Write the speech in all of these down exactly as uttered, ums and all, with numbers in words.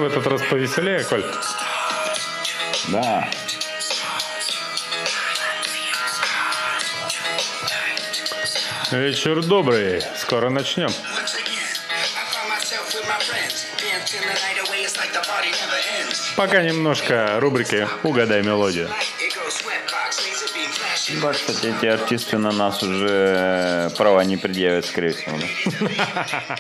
в этот раз повеселее, Коль? Да. Вечер добрый. Скоро начнем. Пока немножко рубрики «Угадай мелодию». Да, кстати, эти артисты на нас уже права не предъявят, скорее всего. Да?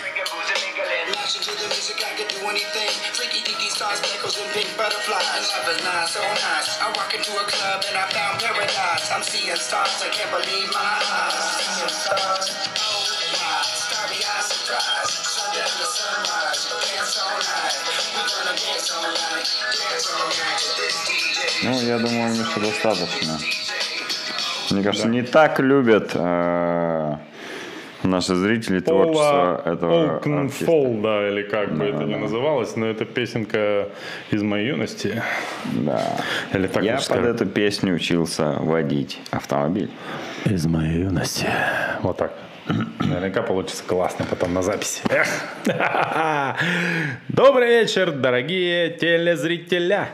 Ну, я думаю, Миша, достаточно. Мне кажется, да. Не так любят э, наши зрители творчество этого артиста. Fall, да, или как да, бы это да. ни называлось, но это песенка из моей юности. Да. Или так я под сказать. Эту песню учился водить автомобиль. Из моей юности. Вот так. Наверняка получится классно потом на записи. Эх. Добрый вечер, дорогие телезрителя.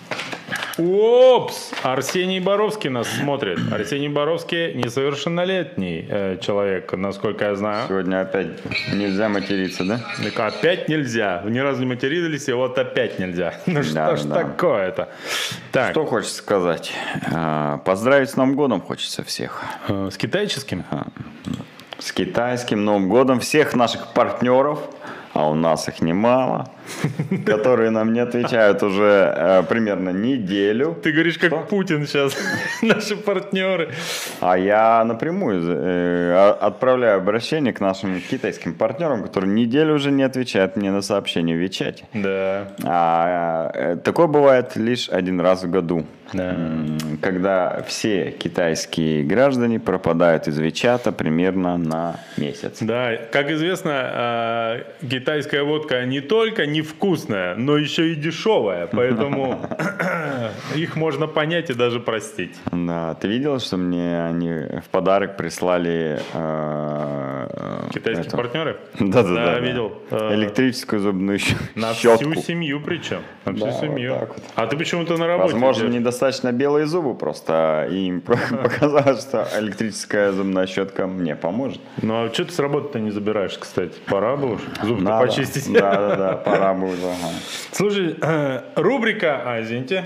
Опс! Арсений Боровский нас смотрит. Арсений Боровский несовершеннолетний э, человек, насколько я знаю. Сегодня опять нельзя материться, да? Опять нельзя. Ни разу не матерились, и вот опять нельзя. Ну да, что ж да. такое-то? Так. Что хочется сказать? Поздравить с Новым годом хочется всех. С китайским? С китайским Новым годом всех наших партнеров, а у нас их немало, которые нам не отвечают уже э, примерно неделю. Ты говоришь, как Что? Путин сейчас, наши партнеры. А я напрямую э, отправляю обращение к нашим китайским партнерам, которые неделю уже не отвечают мне на сообщения в Вичате. Да. А, э, такое бывает лишь один раз в году. Да. Когда все китайские граждане пропадают из Вичата примерно на месяц. Да, как известно, китайская водка не только невкусная, но еще и дешевая, поэтому их можно понять и даже простить. Да, ты видел, что мне они в подарок прислали китайские партнеры? Да, да, да. видел. Электрическую зубную щетку. На всю семью причем. На всю семью. А ты почему-то на работе? Возможно, недостаточно белые зубы просто. И им показалось, что электрическая зубная щетка мне поможет. Ну, а что ты с работы-то не забираешь, кстати? Пора бы уж зубы почистить. Да, да, да, пора бы уже. Слушай, рубрика... А, извините.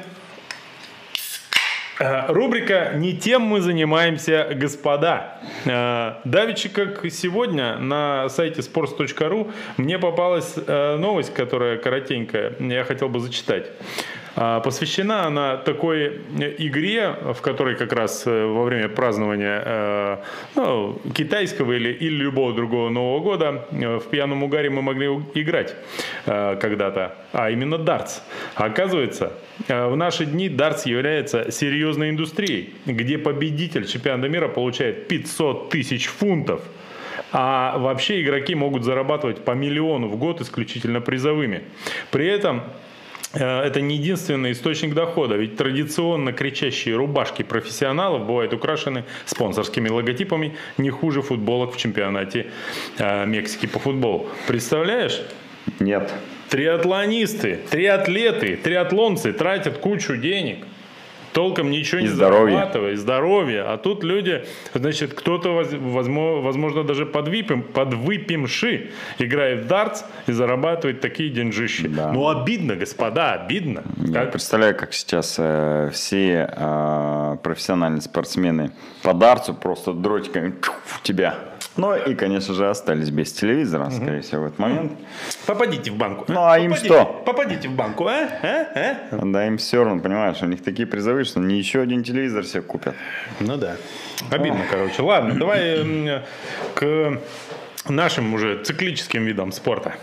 Рубрика «Не тем мы занимаемся, господа». Давеча, как сегодня, на сайте sports точка ru мне попалась новость, которая коротенькая, я хотел бы зачитать. Посвящена она такой игре, в которой как раз во время празднования ну, китайского или, или любого другого Нового года в пьяном угаре мы могли играть когда-то, а именно дартс. Оказывается, в наши дни дартс является серьезной индустрией, где победитель чемпионата мира получает пятьсот тысяч фунтов. А вообще игроки могут зарабатывать по миллиону в год исключительно призовыми. При этом это не единственный источник дохода, ведь традиционно кричащие рубашки профессионалов бывают украшены спонсорскими логотипами не хуже футболок в чемпионате э, Мексики по футболу. Представляешь? Нет. Триатлонисты, триатлеты, триатлонцы тратят кучу денег, толком ничего и не здоровье. зарабатывая, здоровье. А тут люди, значит, кто-то, возможно, возможно даже подвыпим, подвыпивши, играет в дартс и зарабатывает такие деньжищи. Да. Ну, обидно, господа, обидно. Я как? представляю, как сейчас э, все э, профессиональные спортсмены по дартсу просто дротиками в тебя. Ну и, конечно же, остались без телевизора, скорее всего, в этот момент. Попадите в банку. Ну, а им попадите, что? Попадите в банку, а? а? а? Да, им все равно, понимаешь, у них такие призовые, что не еще один телевизор себе купят. Ну да. Обидно, Ох. короче. Ладно, давай к нашим уже циклическим видам спорта.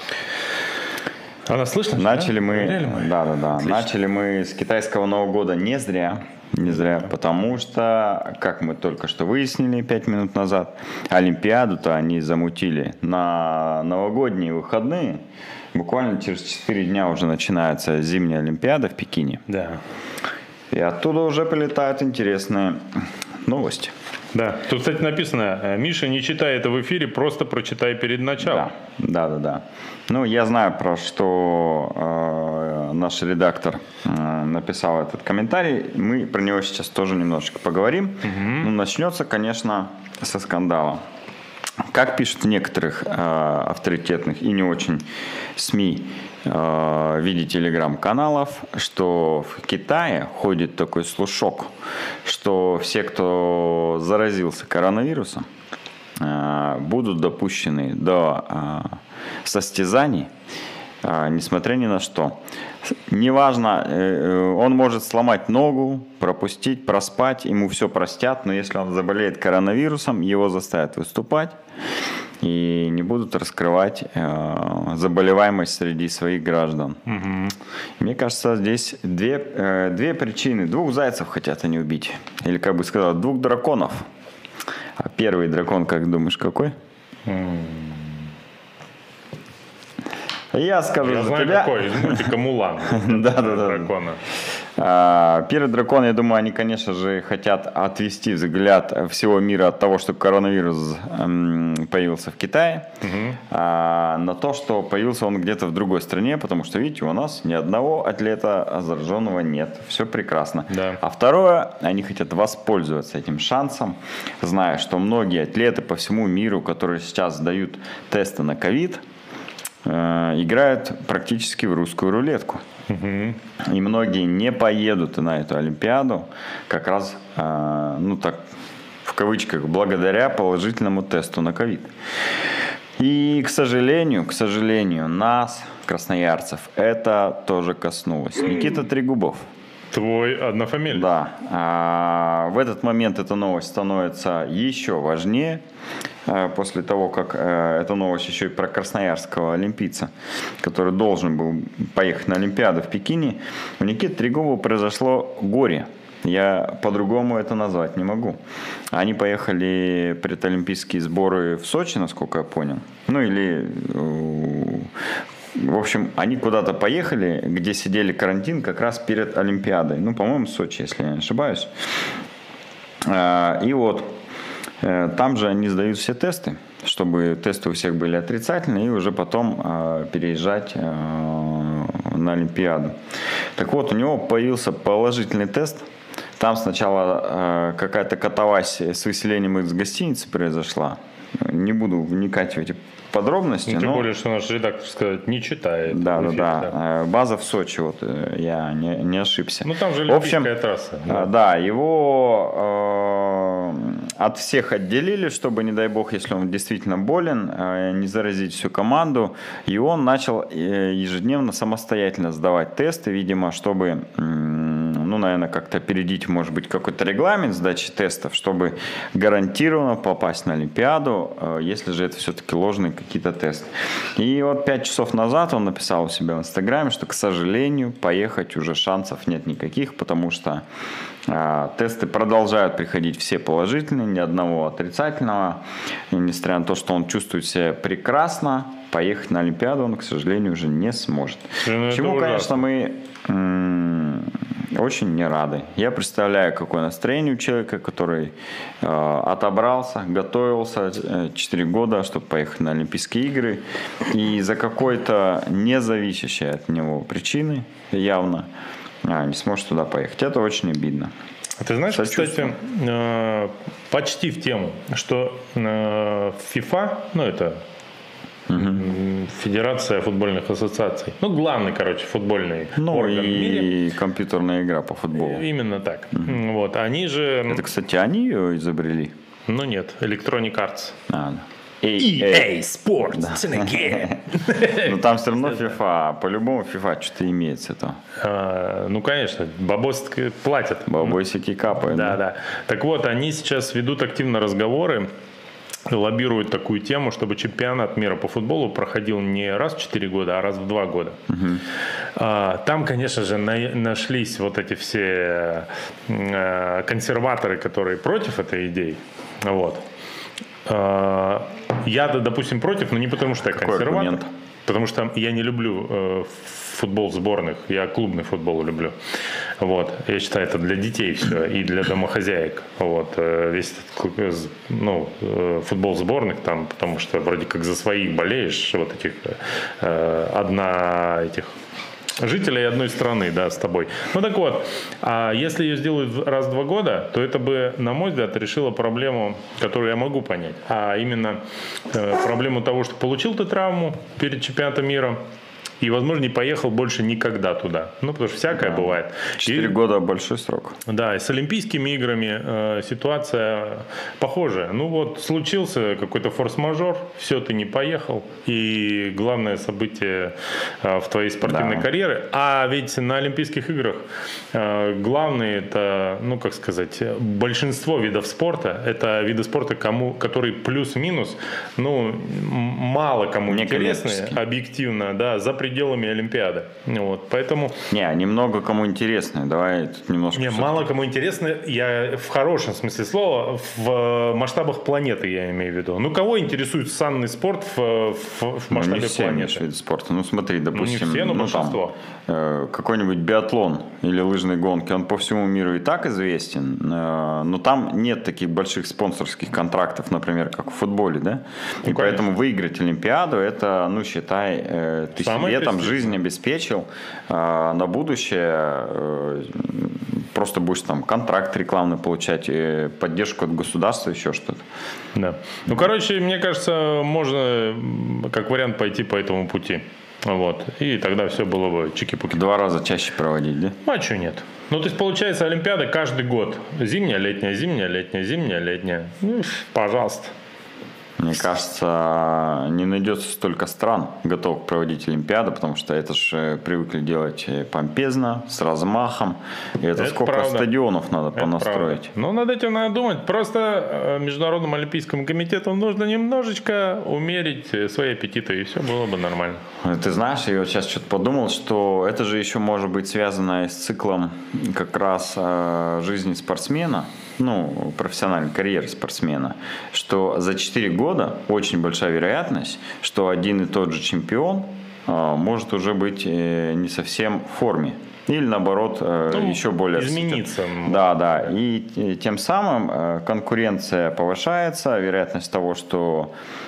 Она слышно? Начали да? мы, да, да, да. Начали мы с китайского Нового года не зря. Не зря, потому что, как мы только что выяснили пять минут назад, Олимпиаду-то они замутили на новогодние выходные. Буквально через четыре дня уже начинается зимняя Олимпиада в Пекине. Да. И оттуда уже прилетают интересные новости. Да. Тут, кстати, написано: Миша, не читай это в эфире, просто прочитай перед началом. Да, да, да, да. Ну, я знаю, про что э, наш редактор э, написал этот комментарий. Мы про него сейчас тоже немножечко поговорим. Угу. Ну, начнется, конечно, со скандала. Как пишут в некоторых э, авторитетных и не очень СМИ э, в виде телеграм-каналов, что в Китае ходит такой слушок, что все, кто заразился коронавирусом, э, будут допущены до э, состязаний, э, несмотря ни на что. Неважно, э, он может сломать ногу, пропустить, проспать, ему все простят, но если он заболеет коронавирусом, его заставят выступать и не будут раскрывать э, заболеваемость среди своих граждан. Угу. Мне кажется, здесь две, э, две причины. Двух зайцев хотят они убить. Или, как бы сказать, двух драконов. А первый дракон, как думаешь, какой? Mm. Я скажу я за знаю, тебя. Какой, из мультика «Мулан». Да-да-да. Дракона. Первый дракон, я думаю, они, конечно же, хотят отвести взгляд всего мира от того, что коронавирус появился в Китае, угу. на то, что появился он где-то в другой стране, потому что, видите, у нас ни одного атлета зараженного нет. Все прекрасно. Да. А второе, они хотят воспользоваться этим шансом, зная, что многие атлеты по всему миру, которые сейчас сдают тесты на ковид, играют практически в русскую рулетку. Угу. И многие не поедут на эту Олимпиаду как раз, ну так, в кавычках, благодаря положительному тесту на ковид. И, к сожалению, к сожалению, нас, красноярцев, это тоже коснулось. Никита Трегубов. Твой однофамильный. Да. А, в этот момент эта новость становится еще важнее. После того, как э, эта новость еще и про красноярского олимпийца, который должен был поехать на Олимпиаду в Пекине, у Никиты Трегубова произошло горе. Я по-другому это назвать не могу. Они поехали предолимпийские сборы в Сочи, насколько я понял. Ну или... Э, в общем, они куда-то поехали, где сидели карантин как раз перед Олимпиадой. Ну, по-моему, в Сочи, если я не ошибаюсь. Э, и вот... Там же они сдают все тесты, чтобы тесты у всех были отрицательные, и уже потом э, переезжать э, на Олимпиаду. Так вот, у него появился положительный тест. Там сначала э, какая-то катавасия с выселением из гостиницы произошла. Не буду вникать в эти подробности. Ну, тем но... более, что наш редактор сказать не читает. Да, да, да, да. База в Сочи, вот я не, не ошибся. Ну, там же олимпийская трасса. Да, да его э, от всех отделили, чтобы, не дай бог, если он действительно болен, э, не заразить всю команду. И он начал э, ежедневно самостоятельно сдавать тесты, видимо, чтобы... Э, ну, наверное, как-то опередить, может быть, какой-то регламент сдачи тестов, чтобы гарантированно попасть на Олимпиаду, если же это все-таки ложные какие-то тесты. И вот пять часов назад он написал у себя в Инстаграме, что, к сожалению, поехать уже шансов нет никаких, потому что а, тесты продолжают приходить все положительные, ни одного отрицательного. И несмотря на то, что он чувствует себя прекрасно, поехать на Олимпиаду он, к сожалению, уже не сможет. Ну, Чему, конечно, мы... М- очень не рады. Я представляю, какое настроение у человека, который э, отобрался, готовился э, четыре года, чтобы поехать на Олимпийские игры, и за какой-то независящей от него причины явно а, не сможет туда поехать. Это очень обидно. Ты знаешь, кстати, э, почти в тему, что э, FIFA, ну это Uh-huh. Федерация футбольных ассоциаций. Ну, главный, короче, футбольный ну, орган и в мире. И компьютерная игра по футболу. Именно так. Uh-huh. Вот, они же... Это, кстати, они ее изобрели? Ну, нет. Electronic Arts. А, да. и эй Sports. Ну, там все равно FIFA. По-любому FIFA что-то имеет с этого. Ну, конечно. Бабосики платят. Бабосики капают. Да, да. Так вот, они сейчас ведут активно разговоры, лоббируют такую тему, чтобы чемпионат мира по футболу проходил не раз в четыре года, а раз в два года. Угу. Там, конечно же, нашлись вот эти все консерваторы, которые против этой идеи. Вот. Я, допустим, против, но не потому, что я Какой консерватор. Аргумент? потому что я не люблю э, футбол сборных, я клубный футбол люблю. Вот. Я считаю, это для детей все и для домохозяек. Вот. Весь этот, ну, футбол сборных там, потому что вроде как за своих болеешь, вот этих э, одна этих жителей одной страны, да, с тобой. Ну так вот, а если ее сделают раз в два года, то это бы, на мой взгляд, решило проблему, которую я могу понять. А именно э, проблему того, что получил ты травму перед чемпионатом мира, и, возможно, не поехал больше никогда туда. Ну, потому что всякое да. бывает. Четыре года большой срок. Да, и с Олимпийскими играми э, ситуация похожая. Ну вот, случился какой-то форс-мажор, все, ты не поехал. И главное событие э, в твоей спортивной да. карьере. А ведь на Олимпийских играх э, главное это, ну, как сказать, большинство видов спорта. Это виды спорта, кому, которые плюс-минус, ну, мало кому не интересны, объективно, да, за пределами Олимпиады. Вот, поэтому... Не, немного кому интересно. Давай тут немножко... Не, мало кому интересно, я в хорошем смысле слова, в масштабах планеты я имею в виду. Ну, кого интересует санный спорт в, в, в масштабе ну, не все планеты? Виды спорта. Ну, смотри, допустим... Ну, не все, но ну, большинство. Там, э, какой-нибудь биатлон или лыжные гонки, он по всему миру и так известен, э, но там нет таких больших спонсорских контрактов, например, как в футболе, да? Ну, и конечно. Поэтому выиграть Олимпиаду, это, ну, считай, э, ты Самое себе там жизнь обеспечил э, на будущее, э, просто будешь там контракт рекламный получать, э, поддержку от государства, еще что-то. Да. Ну, короче, мне кажется, можно как вариант пойти по этому пути. Вот. И тогда все было бы чики-пуки. Два раза чаще проводить, да? А что нет? Ну, то есть, получается, Олимпиада каждый год. Зимняя, летняя, зимняя, летняя, зимняя, летняя. Ну, пожалуйста. Мне кажется, не найдется столько стран, готовых проводить Олимпиаду, потому что это же привыкли делать помпезно, с размахом. И это, это сколько правда. стадионов надо это понастроить. Правда. Ну, над этим надо думать. Просто Международному олимпийскому комитету нужно немножечко умерить свои аппетиты, и все было бы нормально. Ты знаешь, я вот сейчас что-то подумал, что это же еще может быть связано и с циклом как раз жизни спортсмена, ну, профессиональной карьеры спортсмена, что за четыре года очень большая вероятность, что один и тот же чемпион а, может уже быть э, не совсем в форме. Или наоборот, э, ну, еще более... Измениться. Да, да. И, и тем самым э, конкуренция повышается, вероятность того, что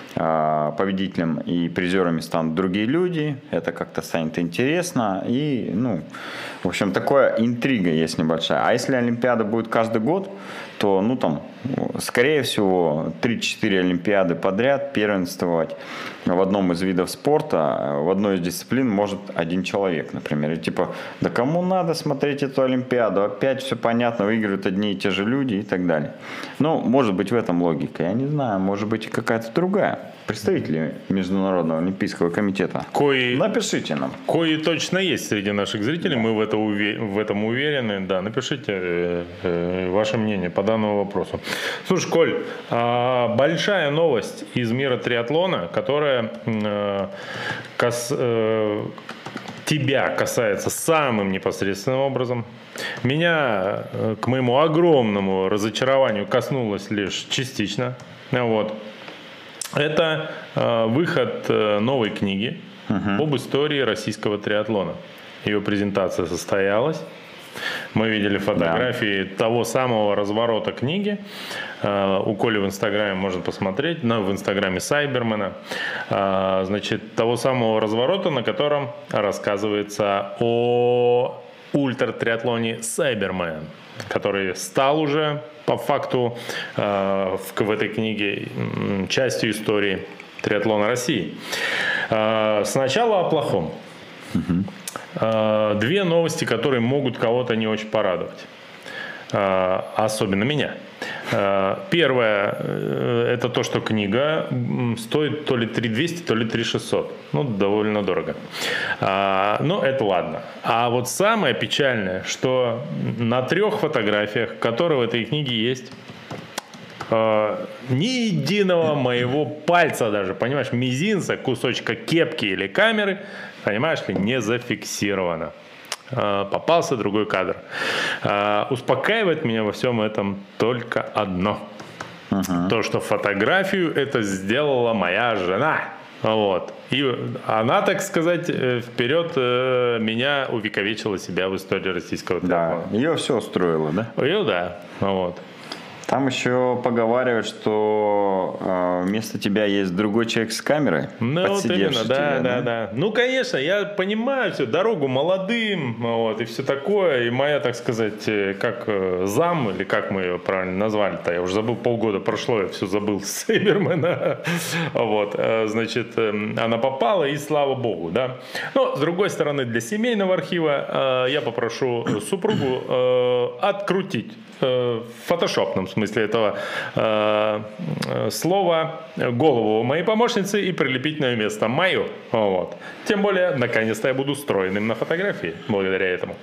э, победителем и призерами станут другие люди, это как-то станет интересно. И, ну, в общем, такая интрига есть небольшая. А если Олимпиада будет каждый год, то, ну, там, скорее всего, три-четыре Олимпиады подряд первенствовать в одном из видов спорта, в одной из дисциплин может один человек, например. И типа, да кому надо смотреть эту Олимпиаду? Опять все понятно, выигрывают одни и те же люди и так далее. Ну, может быть, в этом логика, я не знаю, может быть, и какая-то другая. Представители Международного олимпийского комитета. Кои, напишите нам. Кои точно есть среди наших зрителей, да. Мы в, это уве- в этом уверены. Да, напишите э, э, ваше мнение по данному вопросу. Слушай, Коль, э, большая новость из мира триатлона, которая э, кас, э, тебя касается самым непосредственным образом. Меня, э, к моему огромному разочарованию, коснулась лишь частично. Вот. Это э, выход э, новой книги uh-huh. об истории российского триатлона. Ее презентация состоялась. Мы видели фотографии да. того самого разворота книги. Э, у Коли в Инстаграме можно посмотреть, но в Инстаграме Сайбермена. Э, значит, того самого разворота, на котором рассказывается о ультратриатлоне Сайбермен, который стал уже по факту э, в, в этой книге э, частью истории триатлона России. Э, сначала о плохом. Uh-huh. Э, две новости, которые могут кого-то не очень порадовать. Э, особенно меня. Э, первое, э, это то, что книга стоит то ли три тысячи двести, то ли три тысячи шестьсот. Ну, довольно дорого. Э, но это ладно. А вот самое печальное, что на трех фотографиях, которые в этой книге есть, э, ни единого моего пальца даже, понимаешь, мизинца, кусочка кепки или камеры, понимаешь ли, не зафиксировано. Попался другой кадр. Успокаивает меня во всем этом только одно. Uh-huh. То, что фотографию это сделала моя жена. Вот. И она, так сказать, вперед меня увековечила себя в истории российского триатлона. Да, ее все устроило, да? Ее, да. Вот. Там еще поговаривают, что э, вместо тебя есть другой человек с камерой. Ну, вот именно, да, тебя, да, да, да. Ну, конечно, я понимаю все, дорогу молодым, вот, и все такое. И моя, так сказать, как зам, или как мы ее правильно назвали-то, я уже забыл, полгода прошло, я все забыл с Сайбермена. Вот, значит, она попала, и слава богу, да. Но, с другой стороны, для семейного архива я попрошу супругу открутить в фотошопном смысле этого э, слова голову моей помощницы и прилепить на ее место мою. Вот. Тем более, наконец-то я буду стройным на фотографии благодаря этому.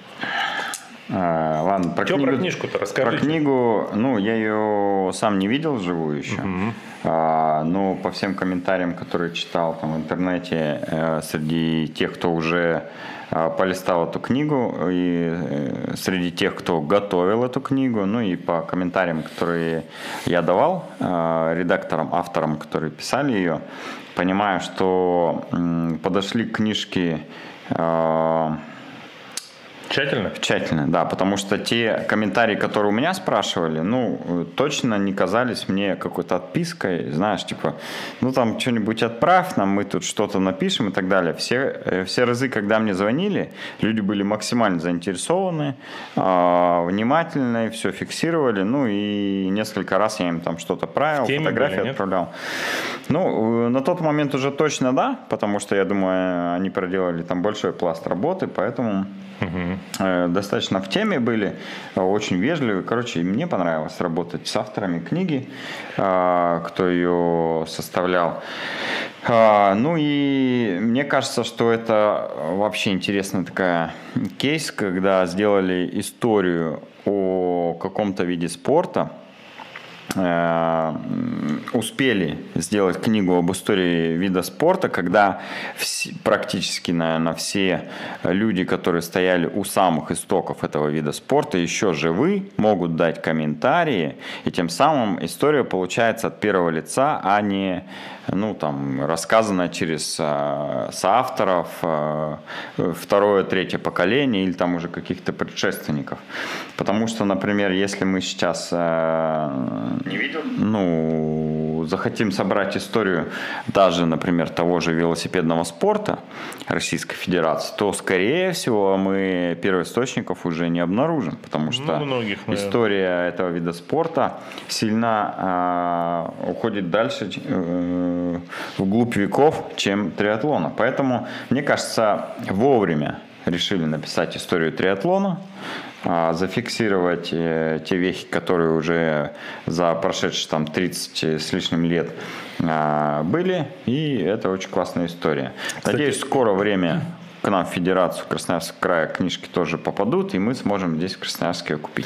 А, ладно, про Что книгу, про книжку-то расскажите? Про книгу, ну, я ее сам не видел вживую еще. Uh-huh. А, но по всем комментариям, которые читал там в интернете, э, среди тех, кто уже э, полистал эту книгу, и э, среди тех, кто готовил эту книгу, ну и по комментариям, которые я давал э, редакторам, авторам, которые писали ее, понимаю, что э, подошли к книжке э, Тщательно? Тщательно, да, потому что те комментарии, которые у меня спрашивали, ну, точно не казались мне какой-то отпиской, знаешь, типа, ну, там, что-нибудь отправь нам, мы тут что-то напишем и так далее. Все, все разы, когда мне звонили, люди были максимально заинтересованы, э, внимательны, все фиксировали, ну, и несколько раз я им там что-то правил, фотографии были, отправлял. Ну, на тот момент уже точно да, потому что, я думаю, они проделали там большой пласт работы, поэтому... Угу. Достаточно в теме были, очень вежливые. Короче, мне понравилось работать с авторами книги, кто ее составлял. Ну и мне кажется, что это вообще интересный такой кейс, когда сделали историю о каком-то виде спорта, успели сделать книгу об истории вида спорта, когда все, практически, наверное, все люди, которые стояли у самых истоков этого вида спорта, еще живы, могут дать комментарии, и тем самым история получается от первого лица, а не, ну, там, рассказанная через э, соавторов, э, второе, третье поколение или там уже каких-то предшественников. Потому что, например, если мы сейчас э, не видел? Ну, захотим собрать историю даже, например, того же велосипедного спорта Российской Федерации, то, скорее всего, мы первоисточников уже не обнаружим, потому что ну, многих, история этого вида спорта сильно э, уходит дальше э, вглубь веков, чем триатлона. Поэтому, мне кажется, вовремя решили написать историю триатлона, зафиксировать те вехи, которые уже за прошедшие там тридцать с лишним лет были, и это очень классная история. Кстати, надеюсь, в скорое время к нам в Федерацию Красноярского края книжки тоже попадут, и мы сможем здесь в Красноярске купить.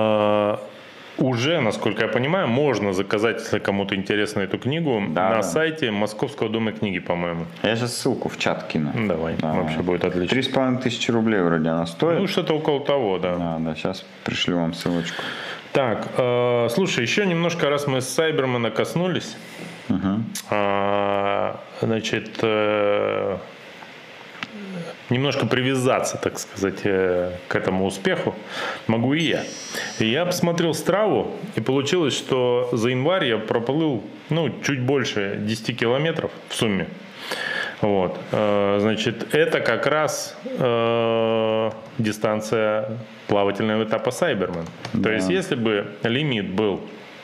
Уже, насколько я понимаю, можно заказать, если кому-то интересна эту книгу, да, на да. сайте Московского дома книги, по-моему. Я сейчас ссылку в чат кину. Давай, да. Вообще будет отлично. Три с половиной тысячи рублей вроде она стоит. Ну, что-то около того, да. Да, да, сейчас пришлю вам ссылочку. Так, э, слушай, еще немножко, раз мы с Сайбермена коснулись. Угу. Э, значит... Э, немножко привязаться, так сказать, к этому успеху могу и я. И я посмотрел Страву, и получилось, что за январь я проплыл, ну, чуть больше десяти километров в сумме. Вот. Значит, это как раз э, дистанция плавательного этапа Сайбермен. Да. То есть, если бы лимит был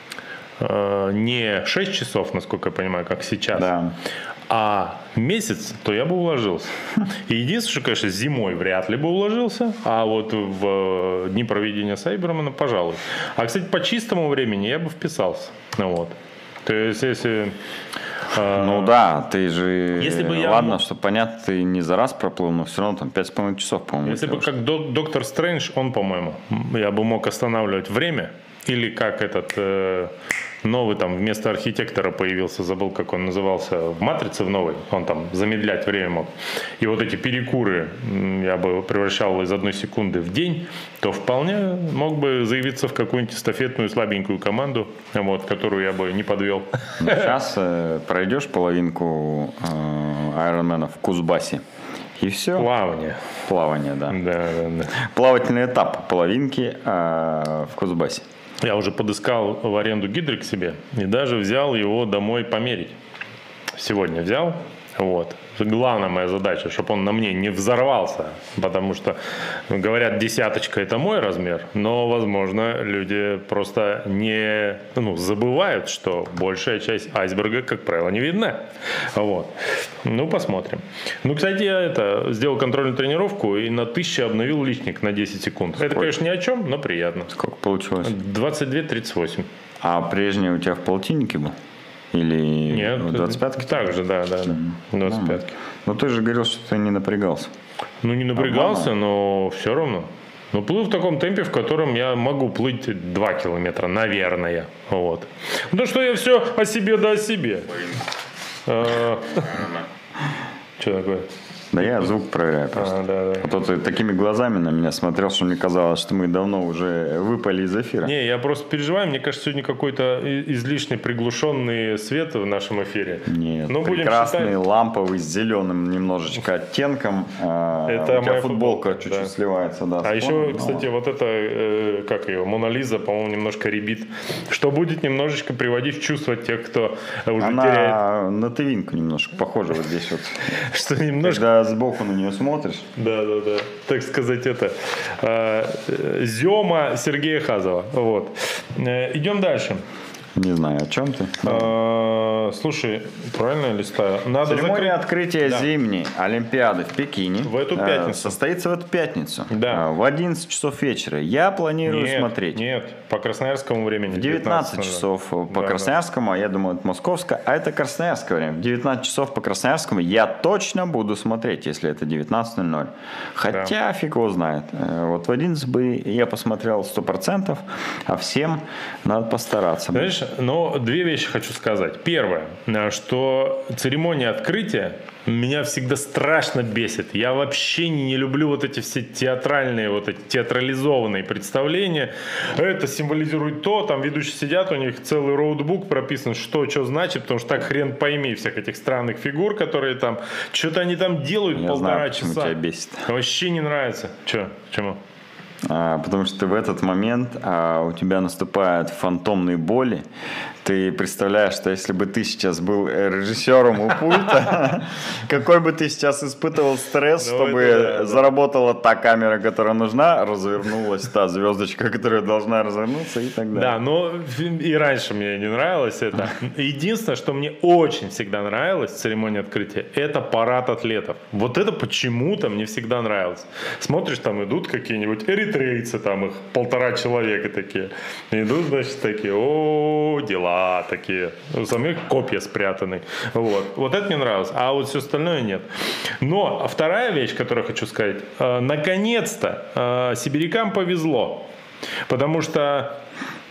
э, не шесть часов, насколько я понимаю, как сейчас, да. а месяц, то я бы уложился. И единственное, что, конечно, зимой вряд ли бы уложился, а вот в дни проведения Сайбермена, пожалуй. А, кстати, по чистому времени я бы вписался. Вот. То есть, если... Ну да, ты же... Если бы я Ладно, мог... что понятно, ты не за раз проплыл, но все равно там пять с половиной часов, по-моему. Если бы как доктор Стрэндж, он, по-моему, я бы мог останавливать время, или как этот... Э, новый там вместо архитектора появился, забыл, как он назывался, в «Матрице» в новой, он там замедлять время мог. И вот эти перекуры я бы превращал из одной секунды в день, то вполне мог бы заявиться в какую-нибудь эстафетную слабенькую команду, вот, которую я бы не подвел. Сейчас э, пройдешь половинку э, Айронмена в Кузбассе. И все. Плавание. Плавание, да. Да, да, да. Плавательный этап половинки э, в Кузбассе. Я уже подыскал в аренду гидрик себе и даже взял его домой померить. Сегодня взял. Вот. Главная моя задача, чтобы он на мне не взорвался, потому что, говорят, десяточка – это мой размер, но, возможно, люди просто не ну, забывают, что большая часть айсберга, как правило, не видна. Вот. Ну, посмотрим. Ну, кстати, я это, сделал контрольную тренировку и на тысячу обновил личник на десять секунд. Сколько? Это, конечно, ни о чем, но приятно. Сколько получилось? двадцать два тридцать восемь. А прежний у тебя в полтиннике был? Или Нет, в двадцать пятке? Так же, да, да, да. двадцать пятки. Но ты же говорил, что ты не напрягался. Ну, не напрягался, но все равно. Ну, плыл в таком темпе, в котором я могу плыть два километра, наверное. Вот. Ну, что я все о себе да о себе. Что такое? Да я звук проверяю просто. А, да, да. А то ты такими глазами на меня смотрел, что мне казалось, что мы давно уже выпали из эфира. Не, я просто переживаю. Мне кажется, сегодня какой-то излишне приглушенный свет в нашем эфире. Нет, ну, прекрасный считать... ламповый с зеленым немножечко оттенком. Это у тебя моя футболка, футболка чуть-чуть да. сливается. Да, а еще, ну, кстати, вот это, э, как ее, Мона Лиза, по-моему, немножко ребит. Что будет немножечко приводить в чувство тех, кто уже она теряет. Она на тывинку немножко похожа вот здесь вот. Что немножко... Когда сбоку на нее смотришь. Да, да, да. Так сказать, это э, Зема Сергея Хазова. Вот. Э, идем дальше. Не знаю, о чем ты. А, слушай, правильно я листаю? Надо Церемония закрыть... открытия да. зимней Олимпиады в Пекине в эту пятницу. состоится в эту пятницу. Да. В одиннадцать часов вечера. Я планирую нет, смотреть. Нет, по красноярскому времени. В девятнадцать часов по да, красноярскому, а я думаю, это московское, а это красноярское время. В девятнадцать часов по красноярскому я точно буду смотреть, если это девятнадцать ноль ноль. Хотя да. фиг его знает. Вот в одиннадцать бы я посмотрел сто процентов, а всем надо постараться. Знаешь, но две вещи хочу сказать. Первое, что церемония открытия меня всегда страшно бесит. Я вообще не люблю вот эти все театральные, вот эти театрализованные представления. Это символизирует то, там ведущие сидят, у них целый роутбук прописан, что, что значит, потому что так хрен пойми всех этих странных фигур, которые там, что-то они там делают Я полтора знаю, часа. Тебя бесит. Вообще не нравится. Че? Почему? А, потому что в этот момент а, у тебя наступают фантомные боли. Ты представляешь, что если бы ты сейчас был режиссером у пульта, какой бы ты сейчас испытывал стресс, чтобы заработала та камера, которая нужна, развернулась та звездочка, которая должна развернуться и так далее. Да, но и раньше мне не нравилось это. Единственное, что мне очень всегда нравилось в церемонии открытия, это парад атлетов. Вот это почему-то мне всегда нравилось. Смотришь, там идут какие-нибудь эритрейцы, там их полтора человека такие. Идут, значит, такие, о, дела такие. У самих копья спрятаны. Вот. Вот это мне нравилось. А вот все остальное нет. Но вторая вещь, которую я хочу сказать. Э, наконец-то э, сибирякам повезло. Потому что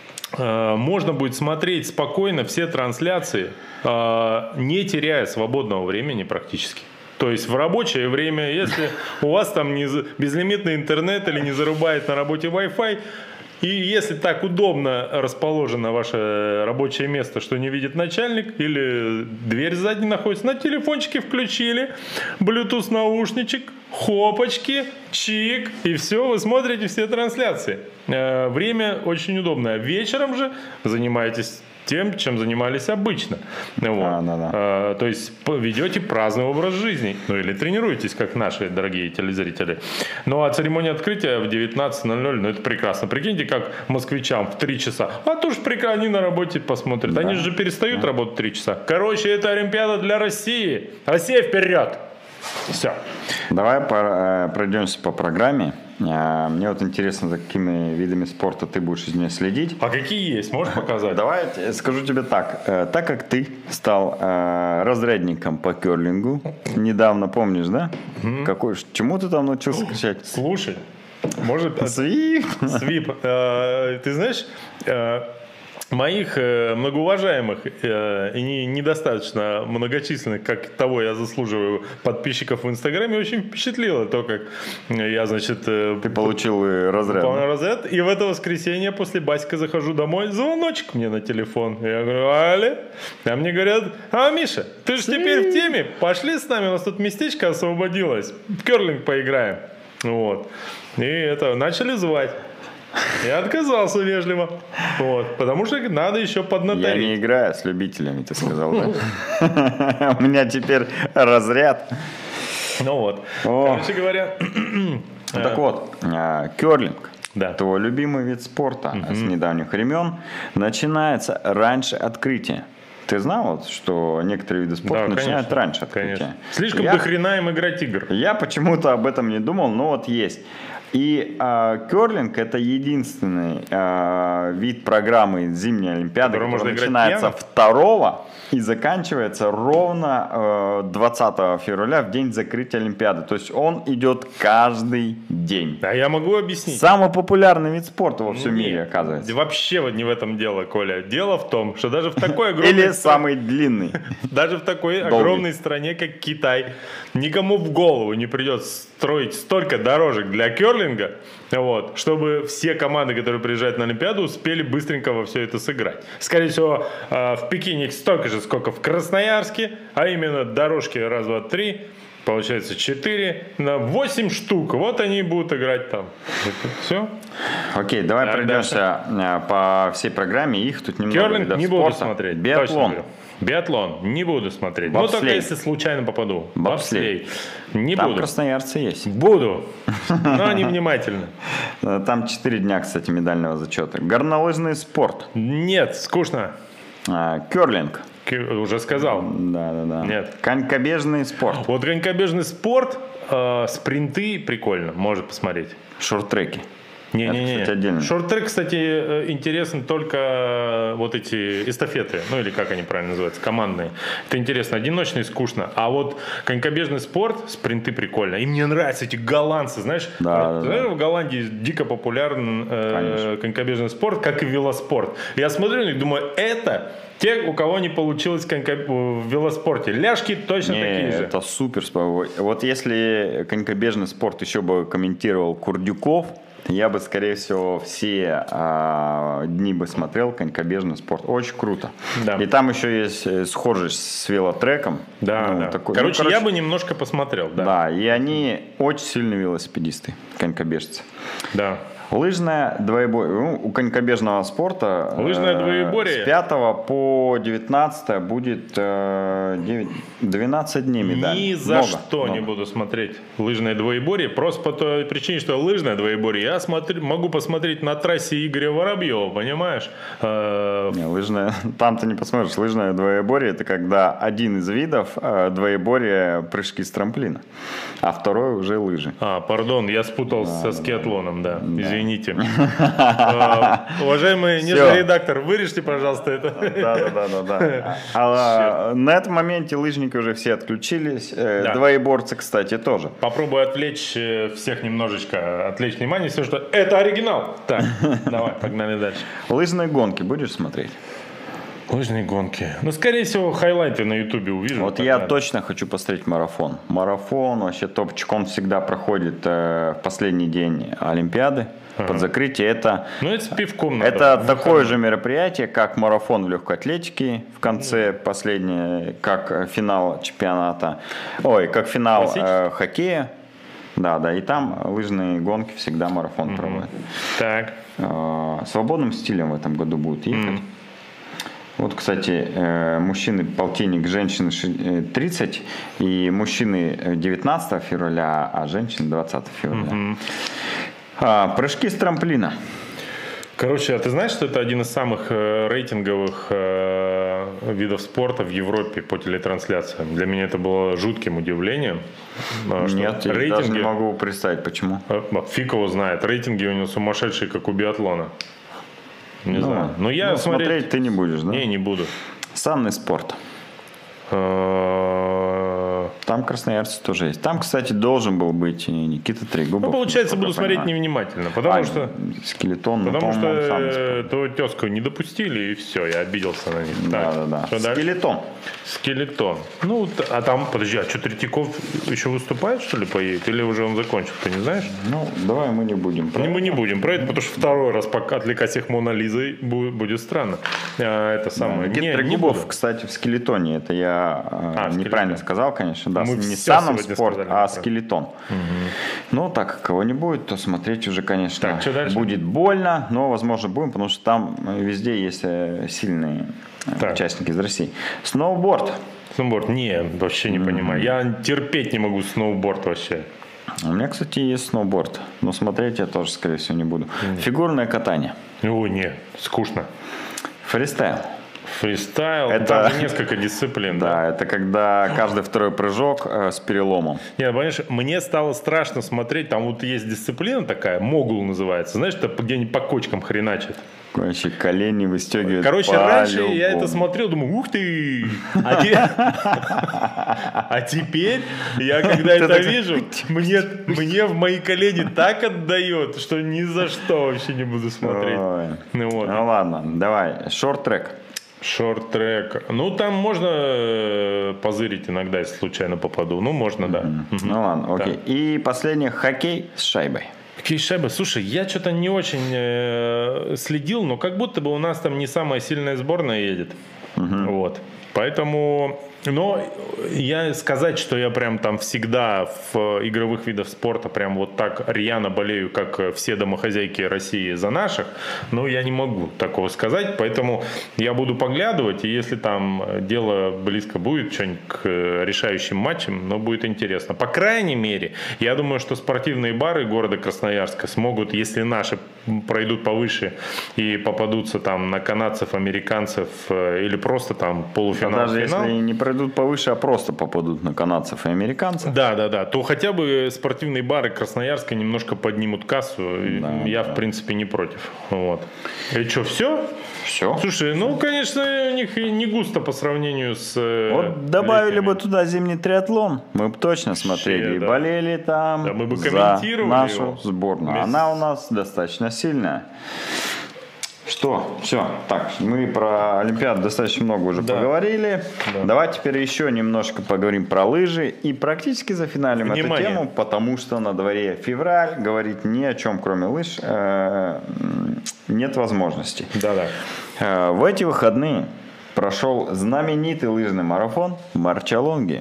э, можно будет смотреть спокойно все трансляции, э, не теряя свободного времени практически. То есть в рабочее время, если у вас там не безлимитный интернет или не зарубает на работе Wi-Fi, и если так удобно расположено ваше рабочее место, что не видит начальник, или дверь сзади находится, на телефончике включили, Bluetooth наушничек, хопочки, чик, и все, вы смотрите все трансляции. Время очень удобное. Вечером же занимаетесь тем, чем занимались обычно. Вот. А, да, да. А, то есть ведете праздный образ жизни. Ну или тренируетесь, как наши дорогие телезрители. Ну а церемония открытия в девятнадцать ноль ноль, ну это прекрасно. Прикиньте, как москвичам в три часа. А то ж прекрасно, они на работе посмотрят. Да. Они же перестают да. работать три часа. Короче, это Олимпиада для России. Россия вперед! Все. Давай пройдемся по программе. Мне вот интересно, за какими видами спорта ты будешь из нее следить. А какие есть? Можешь показать? Давай скажу тебе так. Так как ты стал разрядником по керлингу, недавно, помнишь, да? Mm-hmm. Какой, чему ты там научился кричать? Слушай, может... Свип. Свип. Ты знаешь... моих э, многоуважаемых э, и не, недостаточно многочисленных, как того я заслуживаю, подписчиков в Инстаграме очень впечатлило то, как я, значит... Э, Ты получил разряд. Да? разряд. И в это воскресенье после басика захожу домой, звоночек мне на телефон. Я говорю, Аля? А мне говорят, а, Миша, ты же теперь в теме, пошли с нами, у нас тут местечко освободилось, в керлинг поиграем. Вот. И это, начали звать. Я отказался вежливо. Вот, потому что надо еще поднаторить. Я не играю с любителями, ты сказал, да? У меня теперь разряд. Ну вот. Короче говоря... Так вот, керлинг. Да. Твой любимый вид спорта uh-huh. с недавних времен начинается раньше открытия. Ты знал, вот, что некоторые виды спорта да, начинают конечно, раньше открытия? Конечно. Слишком я, дохрена им играть игр. Я почему-то об этом не думал, но вот есть. И э, керлинг это единственный э, вид программы зимней Олимпиады, который, который начинается второго и заканчивается ровно э, двадцатого февраля, в день закрытия Олимпиады. То есть он идет каждый день. А я могу объяснить. Самый популярный вид спорта во всем Нет, мире, оказывается. Вообще вот не в этом дело, Коля. Дело в том, что даже в такой огромной... Или самый длинный. Даже в такой огромной стране, как Китай, никому в голову не придет строить столько дорожек для керлинга, вот, чтобы все команды, которые приезжают на Олимпиаду, успели быстренько во все это сыграть. Скорее всего, в Пекине их столько же, сколько в Красноярске, а именно дорожки раз, два, три, получается четыре на восемь штук. Вот они будут играть там. Все. Окей, давай так, пройдемся дальше. По всей программе. Их тут немного. Керлинг не буду смотреть. Биатлон. Биатлон не буду смотреть. Бобслей. Ну, только если случайно попаду. Бобслей. Не Там буду. красноярцы есть. Буду. Но они внимательны. Там четыре дня, кстати, медального зачета. Горнолыжный спорт. Нет, скучно. Керлинг. Уже сказал. Да, да, да. Нет. Конькобежный спорт. Вот конькобежный спорт, э, спринты прикольно, может посмотреть. Шорт-треки. Не-не-не. Шорт-трек, кстати, интересен только вот эти эстафеты, ну или как они правильно называются, командные. Это интересно, одиночно и скучно. А вот конькобежный спорт, спринты прикольно. И мне нравятся эти голландцы, знаешь. Да, знаешь, да, в Голландии дико популярен э, конькобежный спорт, как и велоспорт. Я смотрю и думаю, это... Те, у кого не получилось конька... в велоспорте. Ляжки точно не, такие же. Это супер. Вот если конькобежный спорт еще бы комментировал Курдюков, я бы, скорее всего, все а, дни бы смотрел конькобежный спорт. Очень круто. Да. И там еще есть схожесть с велотреком. Да, ну, да. Такой, короче, ну, короче, я бы немножко посмотрел. Да, да, и они очень сильные велосипедисты, конькобежцы. Да. Лыжное двоеборье. Ну, у конькобежного спорта Лыжное двоеборье. С пятого по девятнадцатое будет э, девять, двенадцать дней медалей. Ни за много, что много. Не буду смотреть лыжное двоеборье. Просто по той причине, что лыжное двоеборье я смотрю, могу посмотреть на трассе Игоря Воробьева, понимаешь? Не, лыжное, там ты не посмотришь. Лыжное двоеборье — это когда один из видов э, двоеборья прыжки с трамплина, а второй уже лыжи. А, пардон, я спутал да, со скиатлоном, да. да. Извините. а, уважаемый нижний редактор, вырежьте, пожалуйста, это. Да, да, да, да. А, на этом моменте лыжники уже все отключились. Да. Двоеборцы, кстати, тоже. Попробую отвлечь всех немножечко, отвлечь внимание, все, что это оригинал. Так, давай, погнали дальше. Лыжные гонки будешь смотреть? Лыжные гонки. Ну, скорее всего, хайлайты на ютубе увижу. Вот я надо. точно хочу посмотреть марафон. Марафон вообще топчик. Он всегда проходит э, в последний день Олимпиады. Ага. Под закрытие. Это, ну, это с пивком это надо. такое же мероприятие, как марафон в легкой атлетике в конце, mm. последнее, как финал чемпионата. Ой, как финал э, хоккея. Да, да, и там лыжные гонки всегда марафон mm-hmm. проводят. Так. Э, свободным стилем в этом году будут ехать. Mm. Вот, кстати, мужчины полтинник, женщины тридцать, и мужчины девятнадцатого февраля, а женщины двадцатого февраля. Mm-hmm. А, прыжки с трамплина. Короче, а ты знаешь, что это один из самых э, рейтинговых э, видов спорта в Европе по телетрансляциям? Для меня это было жутким удивлением. Нет, я рейтинги... даже не могу представить, почему. Фиг его знает. Рейтинги у него сумасшедшие, как у биатлона. Не ну, знаю. Но я ну, смотреть... смотреть ты не будешь, да? Не, не буду. Санный спорт. Там красноярцы тоже есть. Там, кстати, должен был быть Никита Трегубов. Ну, получается, буду смотреть понимаю. невнимательно, потому а, что... Скелетон, Потому ну, что твою тезку не допустили, и все, я обиделся на них. Да, да, да. Что Скелетон. Дальше? Скелетон. Ну, а там, подожди, а что, Третьяков еще выступает, что ли, поедет? Или уже он закончил, ты не знаешь? Ну, давай мы не будем про Не, это. мы не будем про это, потому что второй раз пока отвлекать их Мона Лизой будет, будет странно. А, это самое. Никита Не, Трегубов, не буду. кстати, в скелетоне. Это я А, неправильно скелетон. сказал, конечно. Да, Мы не все саном сегодня спорт, сказали а неправильно. скелетон. Угу. Ну, так как его не будет, то смотреть уже, конечно, Так, что дальше? будет больно, но, возможно, будем, потому что там везде есть э, сильные Так. участники из России. Сноуборд. Сноуборд? Не, вообще не mm-hmm. понимаю. Я терпеть не могу сноуборд вообще. У меня, кстати, есть сноуборд, но смотреть я тоже, скорее всего, не буду. Mm. Фигурное катание. О, не, скучно. Фристайл. Фристайл, это, там же несколько дисциплин. Да, да, это когда каждый второй прыжок э, с переломом. Нет, понимаешь, мне стало страшно смотреть, там вот есть дисциплина такая, могул называется, знаешь, это где-нибудь по кочкам хреначит. Короче, колени выстегивают. Короче, раньше я это смотрел, думаю, ух ты! А теперь я, когда это вижу, мне в мои колени так отдает, что ни за что вообще не буду смотреть. Ну ладно, давай, шорт-трек. Шорт-трек. Ну, там можно позырить иногда, если случайно попаду. Ну, можно, да. Mm-hmm. Ну, ладно, окей. Да. И последний хоккей с шайбой. Хоккей с шайбой. Слушай, я что-то не очень э, следил, но как будто бы у нас там не самая сильная сборная едет. Mm-hmm. Вот. Поэтому... Но я сказать, что я прям там всегда в игровых видах спорта прям вот так рьяно болею, как все домохозяйки России за наших, но я не могу такого сказать, поэтому я буду поглядывать, и если там дело близко будет, что-нибудь к решающим матчам, но будет интересно. По крайней мере, я думаю, что спортивные бары города Красноярска смогут, если наши пройдут повыше и попадутся там на канадцев, американцев или просто там полуфинал, даже финал. Если не пройдут повыше, а просто попадут на канадцев и американцев. Да, да, да. То хотя бы спортивные бары Красноярска немножко поднимут кассу. Да, я, да. в принципе, не против. Вот. И что, все? Все. Слушай, ну, конечно, у них не густо по сравнению с... Вот добавили летними. бы туда зимний триатлон, мы бы точно смотрели Вообще, и да. болели там да, мы бы за нашу его. сборную. Вместе. Она у нас достаточно сильная. Что? Все. Так, мы про Олимпиаду достаточно много уже да. поговорили. Да. Давай теперь еще немножко поговорим про лыжи. И практически зафиналим Внимание. эту тему, потому что на дворе февраль, говорить ни о чем, кроме лыж, э, нет возможности. Да-да. Э, в эти выходные прошел знаменитый лыжный марафон Марчалонги.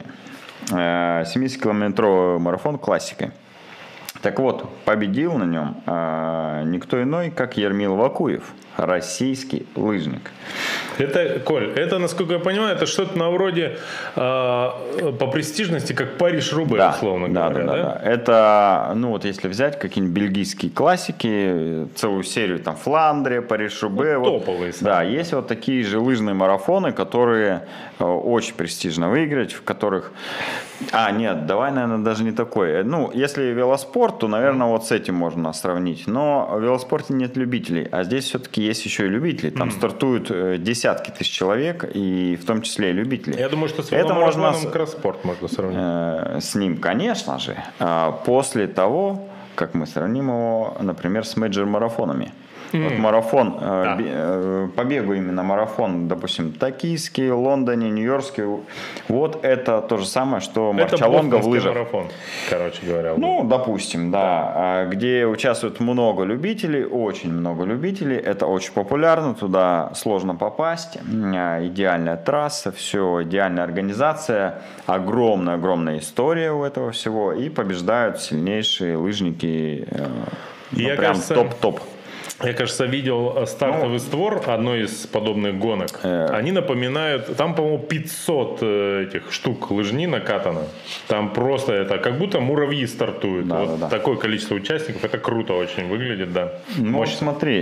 Э, семидесятикилометровый марафон классикой. Так вот, победил на нем э, никто иной, как Ермил Вакуев, российский лыжник. Это, Коль, это, насколько я понимаю, это что-то на вроде э, по престижности, как Париж-Roubaix, да, условно да, говоря. Да, да, да. Это, ну вот если взять какие-нибудь бельгийские классики, целую серию, там, Фландрия, Париж-Roubaix. Ну, вот, топовые. Да, есть вот такие же лыжные марафоны, которые э, очень престижно выиграть, в которых... А, нет, давай, наверное, даже не такой. Ну, если велоспорт, то, наверное, вот с этим можно сравнить. Но в велоспорте нет любителей, а здесь все-таки есть еще и любители. Там mm. стартуют э, десятки тысяч человек, и в том числе и любители. Я думаю, что с веломарафоном кросспорт можно сравнить. Э, с ним, конечно же. А после того, как мы сравним его, например, с мейджор-марафонами. Mm. Вот марафон, да. э, по бегу именно марафон, допустим, токийский, Лондоне, Нью-Йоркский, вот это то же самое, что Марчалонга в лыжах. Марафон, короче говоря. Ну, допустим, да, да, где участвует много любителей, очень много любителей, это очень популярно, туда сложно попасть, идеальная трасса, все, идеальная организация, огромная-огромная история у этого всего, и побеждают сильнейшие лыжники, ну, Я прям кажется... топ-топ. Я, кажется, видел стартовый ну, створ одной из подобных гонок. Э, Они напоминают, там, по-моему, пятьсот этих штук лыжни накатано. Там просто это, как будто муравьи стартуют. Да, вот да, такое да. количество участников, это круто очень выглядит, да. Ну, Мощно. Смотри,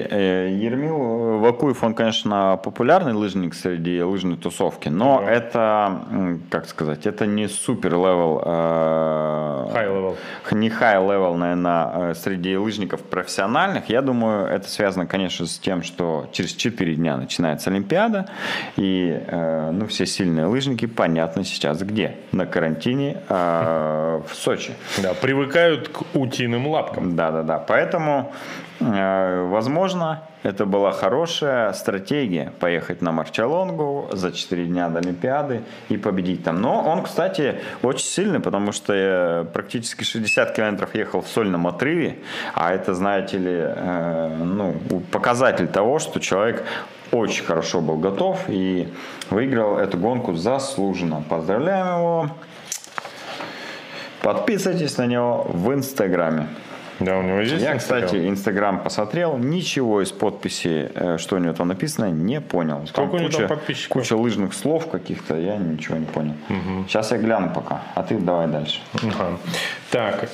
Ермил Вакуев, он, конечно, популярный лыжник среди лыжной тусовки, но да. это, как сказать, это не супер левел. High level. level. Не high level, наверное, среди лыжников профессиональных. Я думаю, это связано, конечно, с тем, что через четыре дня начинается Олимпиада. И ну, все сильные лыжники, понятно, сейчас где? На карантине э, в Сочи. Да, привыкают к утиным лапкам. Да-да-да. Поэтому, э, возможно, это была хорошая стратегия поехать на Марчелонгу за четыре дня до Олимпиады и победить там. Но он, кстати, очень сильный, потому что я практически шестьдесят километров ехал в сольном отрыве, а это, знаете ли, э, ну, показатель того, что человек очень хорошо был готов и выиграл эту гонку заслуженно. Поздравляем его. Подписывайтесь на него в Инстаграме. Да, у него есть Я, Instagram? кстати, Инстаграм посмотрел, ничего из подписи, что у него там написано, не понял. Сколько там у него куча, там подписчиков? Куча лыжных слов каких-то, я ничего не понял. Угу. Сейчас я гляну пока, а ты давай дальше. Ага. Так,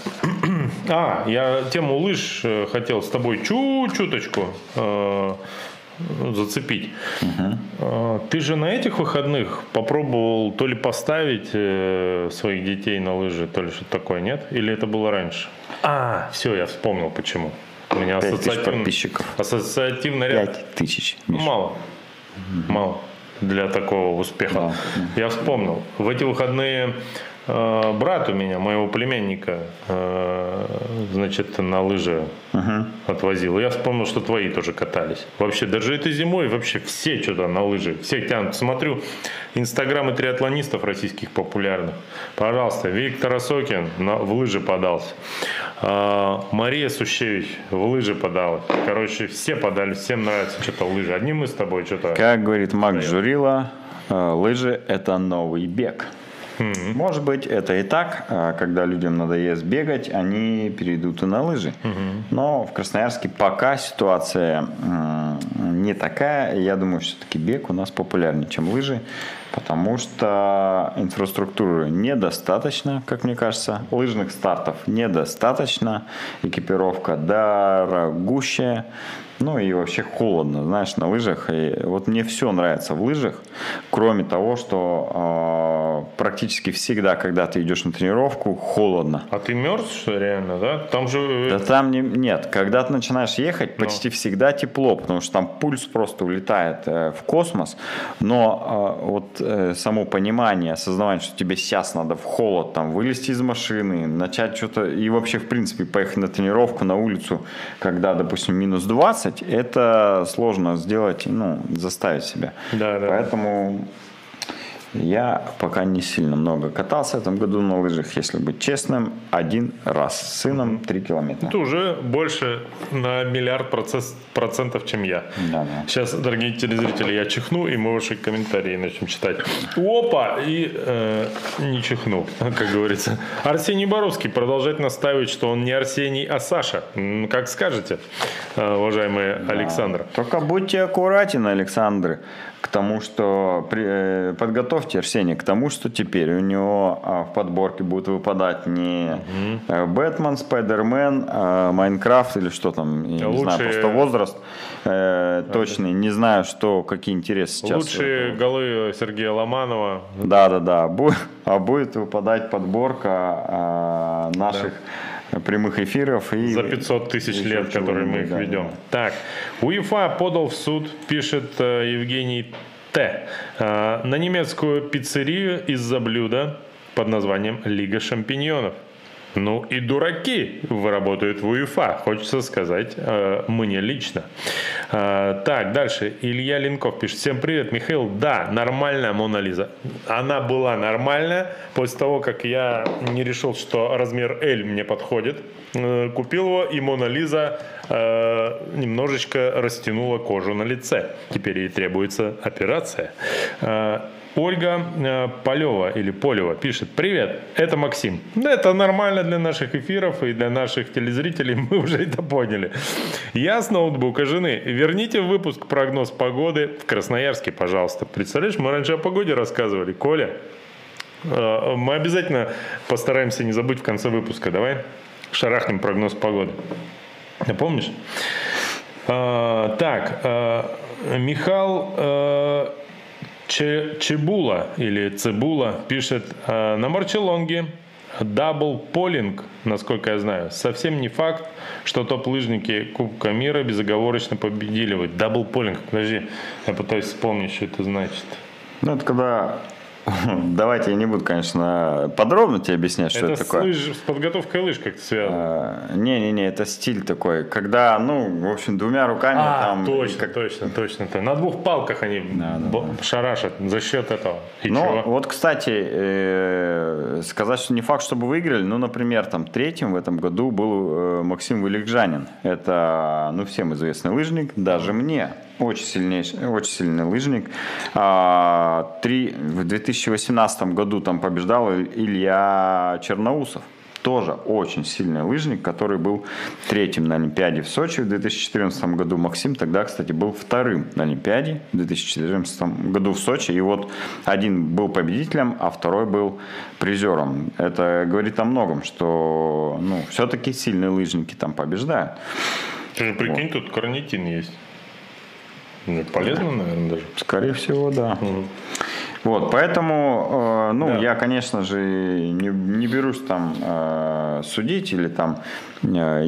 а, я тему лыж хотел с тобой чуть-чуточку э, зацепить. Угу. Ты же на этих выходных попробовал то ли поставить э, своих детей на лыжи, то ли что-то такое, нет? Или это было раньше? А, все, я вспомнил почему. У меня ассоциативный, ассоциативный ряд. Пять тысяч. Миша. Мало. Угу. Мало для такого успеха. Да. Я вспомнил. В эти выходные э, брат у меня, моего племянника, э, значит, на лыжи uh-huh. отвозил. Я вспомнил, что твои тоже катались. Вообще, даже этой зимой вообще все что-то на лыжи. Все тянут. Смотрю, инстаграмы триатлонистов российских популярных. Пожалуйста, Виктор Осокин на, в лыжи подался. А, Мария Сущевич в лыжи подалась. Короче, все подались, всем нравится что-то лыжи. Одни мы с тобой что-то... Как говорит Макс Журила, лыжи – это новый бег. Mm-hmm. Может быть, это и так. Когда людям надоест бегать, они перейдут и на лыжи. Mm-hmm. Но в Красноярске пока ситуация не такая. Я думаю, все-таки бег у нас популярнее, чем лыжи. Потому что инфраструктуры недостаточно, как мне кажется. Лыжных стартов недостаточно. Экипировка дорогущая. Ну и вообще холодно, знаешь, на лыжах. И вот мне все нравится в лыжах, кроме того, что э, практически всегда, когда ты идешь на тренировку, холодно. А ты мерз, что реально, да? Там же... Да там не, нет, когда ты начинаешь ехать, почти но. всегда тепло, потому что там пульс просто улетает э, в космос. Но э, вот э, само понимание, осознавание, что тебе сейчас надо в холод, там, вылезти из машины, начать что-то, и вообще, в принципе, поехать на тренировку, на улицу, когда, допустим, минус двадцать, это сложно сделать, ну, заставить себя. Да, да. Поэтому я пока не сильно много катался в этом году на лыжах, если быть честным, один раз с сыном три километра. Это уже больше на миллиард процентов, чем я. Да, да. Сейчас, дорогие телезрители, я чихну, и мы ваши комментарии начнем читать. Опа! И э, не чихнул, как говорится. Арсений Боровский продолжает настаивать, что он не Арсений, а Саша. Как скажете, уважаемый да. Александр. Только будьте аккуратен, Александр, к тому, что при, подготовьте Арсения к тому, что теперь у него а, в подборке будут выпадать не угу. Бэтмен, Спайдермен, а, Майнкрафт или что там, я Лучшие... не знаю, просто возраст э, точный, не знаю, что, какие интересы сейчас. Лучшие голы Сергея Ломанова. Да-да-да, а будет выпадать подборка а, наших... Да. прямых эфиров. И за пятьсот тысяч лет, которые мы их да, ведем. Да. Так, УЕФА подал в суд, пишет э, Евгений Т. Э, на немецкую пиццерию из-за блюда под названием «Лига шампиньонов». Ну и дураки работают в УЕФА, хочется сказать, э, мне лично. Э, так, дальше. Илья Ленков пишет. Всем привет, Михаил. Да, нормальная Мона Лиза. Она была нормальная после того, как я не решил, что размер L мне подходит. Э, купил его, и Мона Лиза э, немножечко растянула кожу на лице. Теперь ей требуется операция. Э, Ольга э, Полева или Полева пишет. Привет, это Максим. Это нормально для наших эфиров и для наших телезрителей, мы уже это поняли. Я с ноутбука жены. Верните в выпуск прогноз погоды в Красноярске, пожалуйста. Представляешь, мы раньше о погоде рассказывали. Коля, э, мы обязательно постараемся не забыть в конце выпуска. Давай шарахнем прогноз погоды. Помнишь? Э, так, э, Михаил... Э, Чебула или Цибула пишет: на Марчелонге даблполинг, насколько я знаю, совсем не факт, что топ-лыжники Кубка мира безоговорочно победили. Вот даблполинг, подожди, я пытаюсь вспомнить, что это значит. Ну, это когда... Давайте я не буду, конечно, подробно тебе объяснять, что это, это такое. Это с, лыж, с подготовкой лыж как-то связано. Не-не-не, это стиль такой, когда, ну, в общем, двумя руками а, там... точно, как... точно, точно. На двух палках они да, да, да. шарашат за счет этого. И ну, чего? вот, кстати, э, сказать, что не факт, чтобы выиграли, ну, например, там, третьим в этом году был э, Максим Вылегжанин. Это, ну, всем известный лыжник, даже мне. Очень сильнейший, очень сильный лыжник. А, три, в две тысячи восемнадцатом году там побеждал Илья Черноусов. Тоже очень сильный лыжник, который был третьим на Олимпиаде в Сочи в две тысячи четырнадцатом году. Максим тогда, кстати, был вторым на Олимпиаде в две тысячи четырнадцатом году в Сочи. И вот один был победителем, а второй был призером. Это говорит о многом, что ну, все-таки сильные лыжники там побеждают. Ты прикинь, вот. Тут карнитин есть. Полезно, наверное, даже. Скорее всего, да. Угу. Вот, поэтому, э, ну, да. я, конечно же, не, не берусь там э, судить или там, э,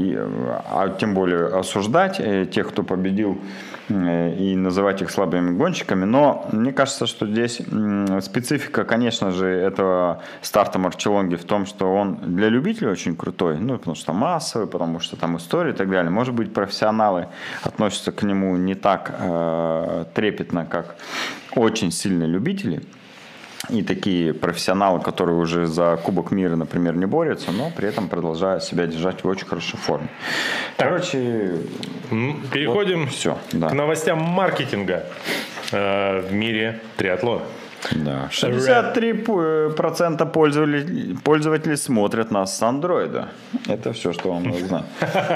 а тем более осуждать э, тех, кто победил, э, и называть их слабыми гонщиками. Но мне кажется, что здесь э, специфика, конечно же, этого старта Марчеллонги в том, что он для любителей очень крутой, ну, потому что массовый, потому что там история и так далее. Может быть, профессионалы относятся к нему не так э, трепетно, как очень сильные любители и такие профессионалы, которые уже за Кубок мира, например, не борются, но при этом продолжают себя держать в очень хорошей форме. Короче, переходим вот все, да. к новостям маркетинга э, в мире триатлона. Да. шестьдесят три процента пользователей, пользователей смотрят нас с андроида. Это все, что вам нужно знать.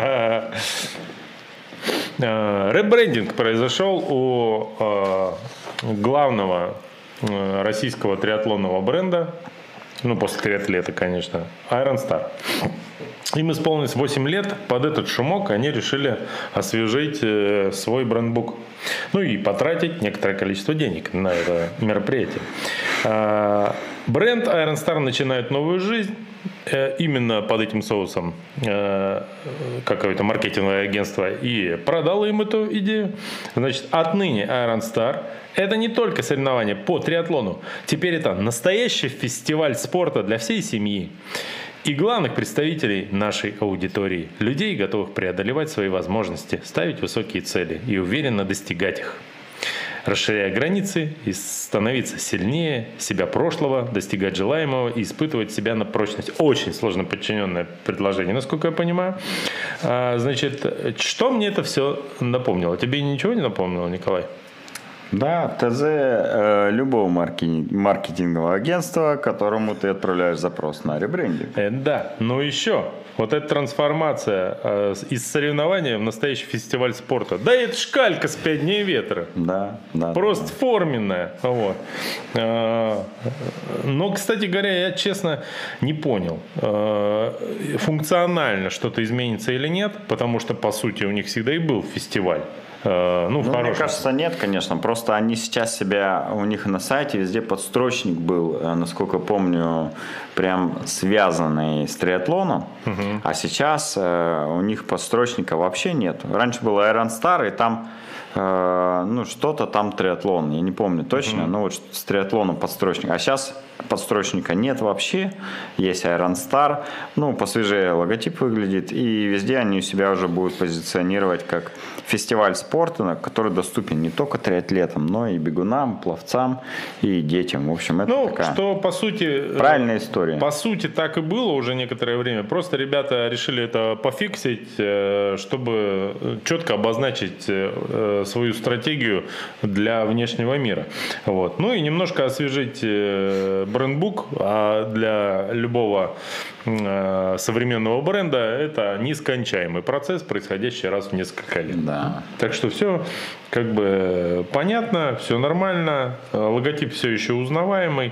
Ребрендинг произошел у э, главного э, российского триатлонного бренда, ну, после триатлета, конечно, Iron Star. Им исполнилось восемь лет, под этот шумок они решили освежить э, свой брендбук. Ну и потратить некоторое количество денег на это мероприятие. Э, бренд Iron Star начинает новую жизнь. Именно под этим соусом э, какое-то маркетинговое агентство и продало им эту идею. Значит, отныне Iron Star – это не только соревнования по триатлону. Теперь это настоящий фестиваль спорта для всей семьи и главных представителей нашей аудитории. Людей, готовых преодолевать свои возможности, ставить высокие цели и уверенно достигать их. Расширяя границы и становиться сильнее себя прошлого, достигать желаемого и испытывать себя на прочность. Очень сложно подчиненное предложение, насколько я понимаю. А, значит, что мне это все напомнило? Тебе ничего не напомнило, Николай? Да, ТЗ э, любого маркетинг, маркетингового агентства, которому ты отправляешь запрос на ребрендинг. Э, да, но еще вот эта трансформация э, из соревнования в настоящий фестиваль спорта. Да это шкалька с пять дней ветра. Да, да. Просто да. форменная. Вот. Э, но, кстати говоря, я честно не понял, э, функционально что-то изменится или нет, потому что, по сути, у них всегда и был фестиваль. Ну, ну, мне кажется, нет, конечно. Просто они сейчас себя, у них на сайте везде подстрочник был, насколько помню, прям связанный с триатлоном. Uh-huh. А сейчас э, у них подстрочника вообще нет. Раньше был Iron Star, и там э, ну, что-то там триатлон. Я не помню точно, uh-huh. но вот с триатлоном подстрочник. А сейчас подстрочника нет вообще. Есть Iron Star. Ну, посвежее логотип выглядит. И везде они у себя уже будут позиционировать как фестиваль спорта, который доступен не только триатлетам, но и бегунам, пловцам и детям. В общем, это ну, такая что, по сути, правильная история. По сути, так и было уже некоторое время. Просто ребята решили это пофиксить, чтобы четко обозначить свою стратегию для внешнего мира. Вот. Ну и немножко освежить брендбук. А для любого современного бренда это нескончаемый процесс, происходящий раз в несколько лет. Да. Так что все как бы понятно, все нормально, логотип все еще узнаваемый,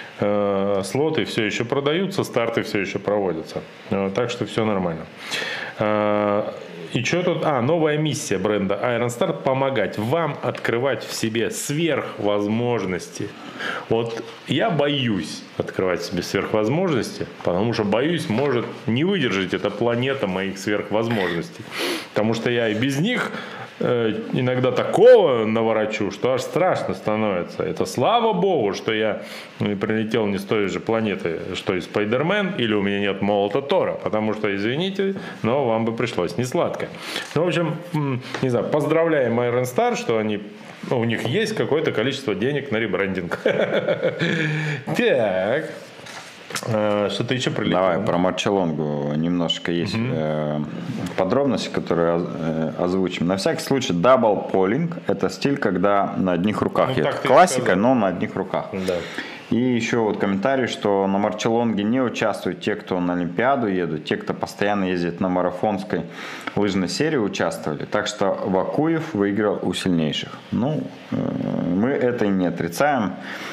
слоты все еще продаются, старты все еще проводятся. Так что все нормально. И что тут? А, новая миссия бренда Iron Star – помогать вам открывать в себе сверхвозможности. Вот я боюсь открывать в себе сверхвозможности, потому что боюсь, может не выдержать эта планета моих сверхвозможностей. Потому что я и без них э, иногда такого наворочу, что аж страшно становится. Это слава богу, что я прилетел не с той же планеты, что и Спайдермен, или у меня нет молота Тора, потому что, извините, но вам бы пришлось несладко. Ну, в общем, не знаю, поздравляем Iron Star, что они... у них есть какое-то количество денег на ребрендинг. Так. Что ты еще прилетел? Давай про Марчелонгу немножко есть угу. подробности, которые озвучим. На всякий случай, дабл полинг – это стиль, когда на одних руках. Ну, это классика, но на одних руках. Да. И еще вот комментарий, что на Марчелонге не участвуют те, кто на Олимпиаду едут, те, кто постоянно ездит на марафонской лыжной серии, участвовали. Так что Вакуев выиграл у сильнейших. Ну, мы это и не отрицаем.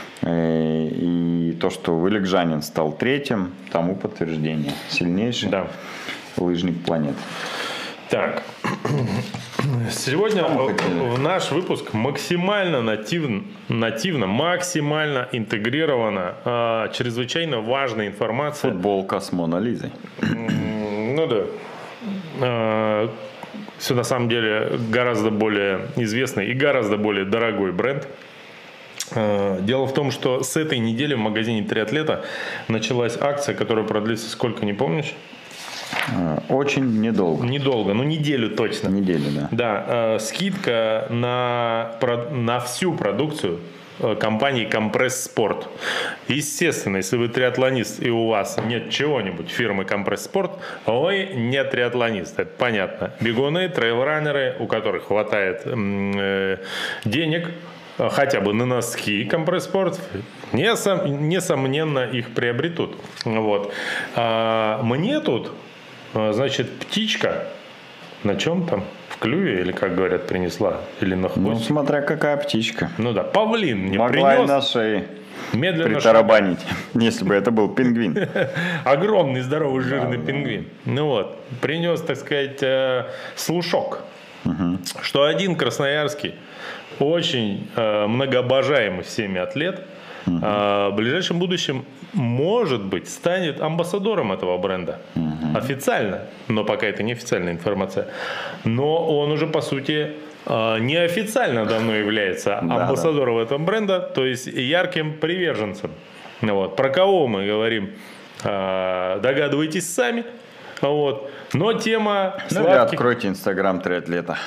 И то, что Вылегжанин стал третьим, тому подтверждение. Сильнейший да. лыжник планеты. Так, сегодня в наш выпуск максимально нативно, нативно максимально интегрирована э, чрезвычайно важная информация. Футболка с Мона Лизой. Ну да. Э, все на самом деле гораздо более известный и гораздо более дорогой бренд. Э, дело в том, что с этой недели в магазине Триатлета началась акция, которая продлится сколько, не помнишь? Очень недолго. Недолго, ну неделю точно. Неделю, да. Да, э, скидка на, на всю продукцию э, компании Компресс Спорт. Естественно, если вы триатлонист и у вас нет чего-нибудь фирмы Компресс Спорт, вы не триатлонист, это понятно. Бегуны, трейлранеры, у которых хватает э, денег, хотя бы на носки Компресс-спорт, несомненно, их приобретут. Вот. А мне тут, значит, птичка на чем там? В клюве, или как говорят, принесла? Или на хвосте? Ну, смотря какая птичка. Ну да, павлин мне могла принес. И на шее медленно притарабанить, если бы это был пингвин. Огромный, здоровый, жирный пингвин. Ну вот, принес, так сказать, слушок, что один красноярский очень э, многообожаемый всеми атлет uh-huh. э, в ближайшем будущем, может быть, станет амбассадором этого бренда. Uh-huh. Официально, но пока это не официальная информация. Но он уже, по сути, э, неофициально давно является амбассадором этого бренда, то есть ярким приверженцем. Вот. Про кого мы говорим, э, догадывайтесь сами. Вот. Но тема ну, сладких... откройте инстаграм триатлета.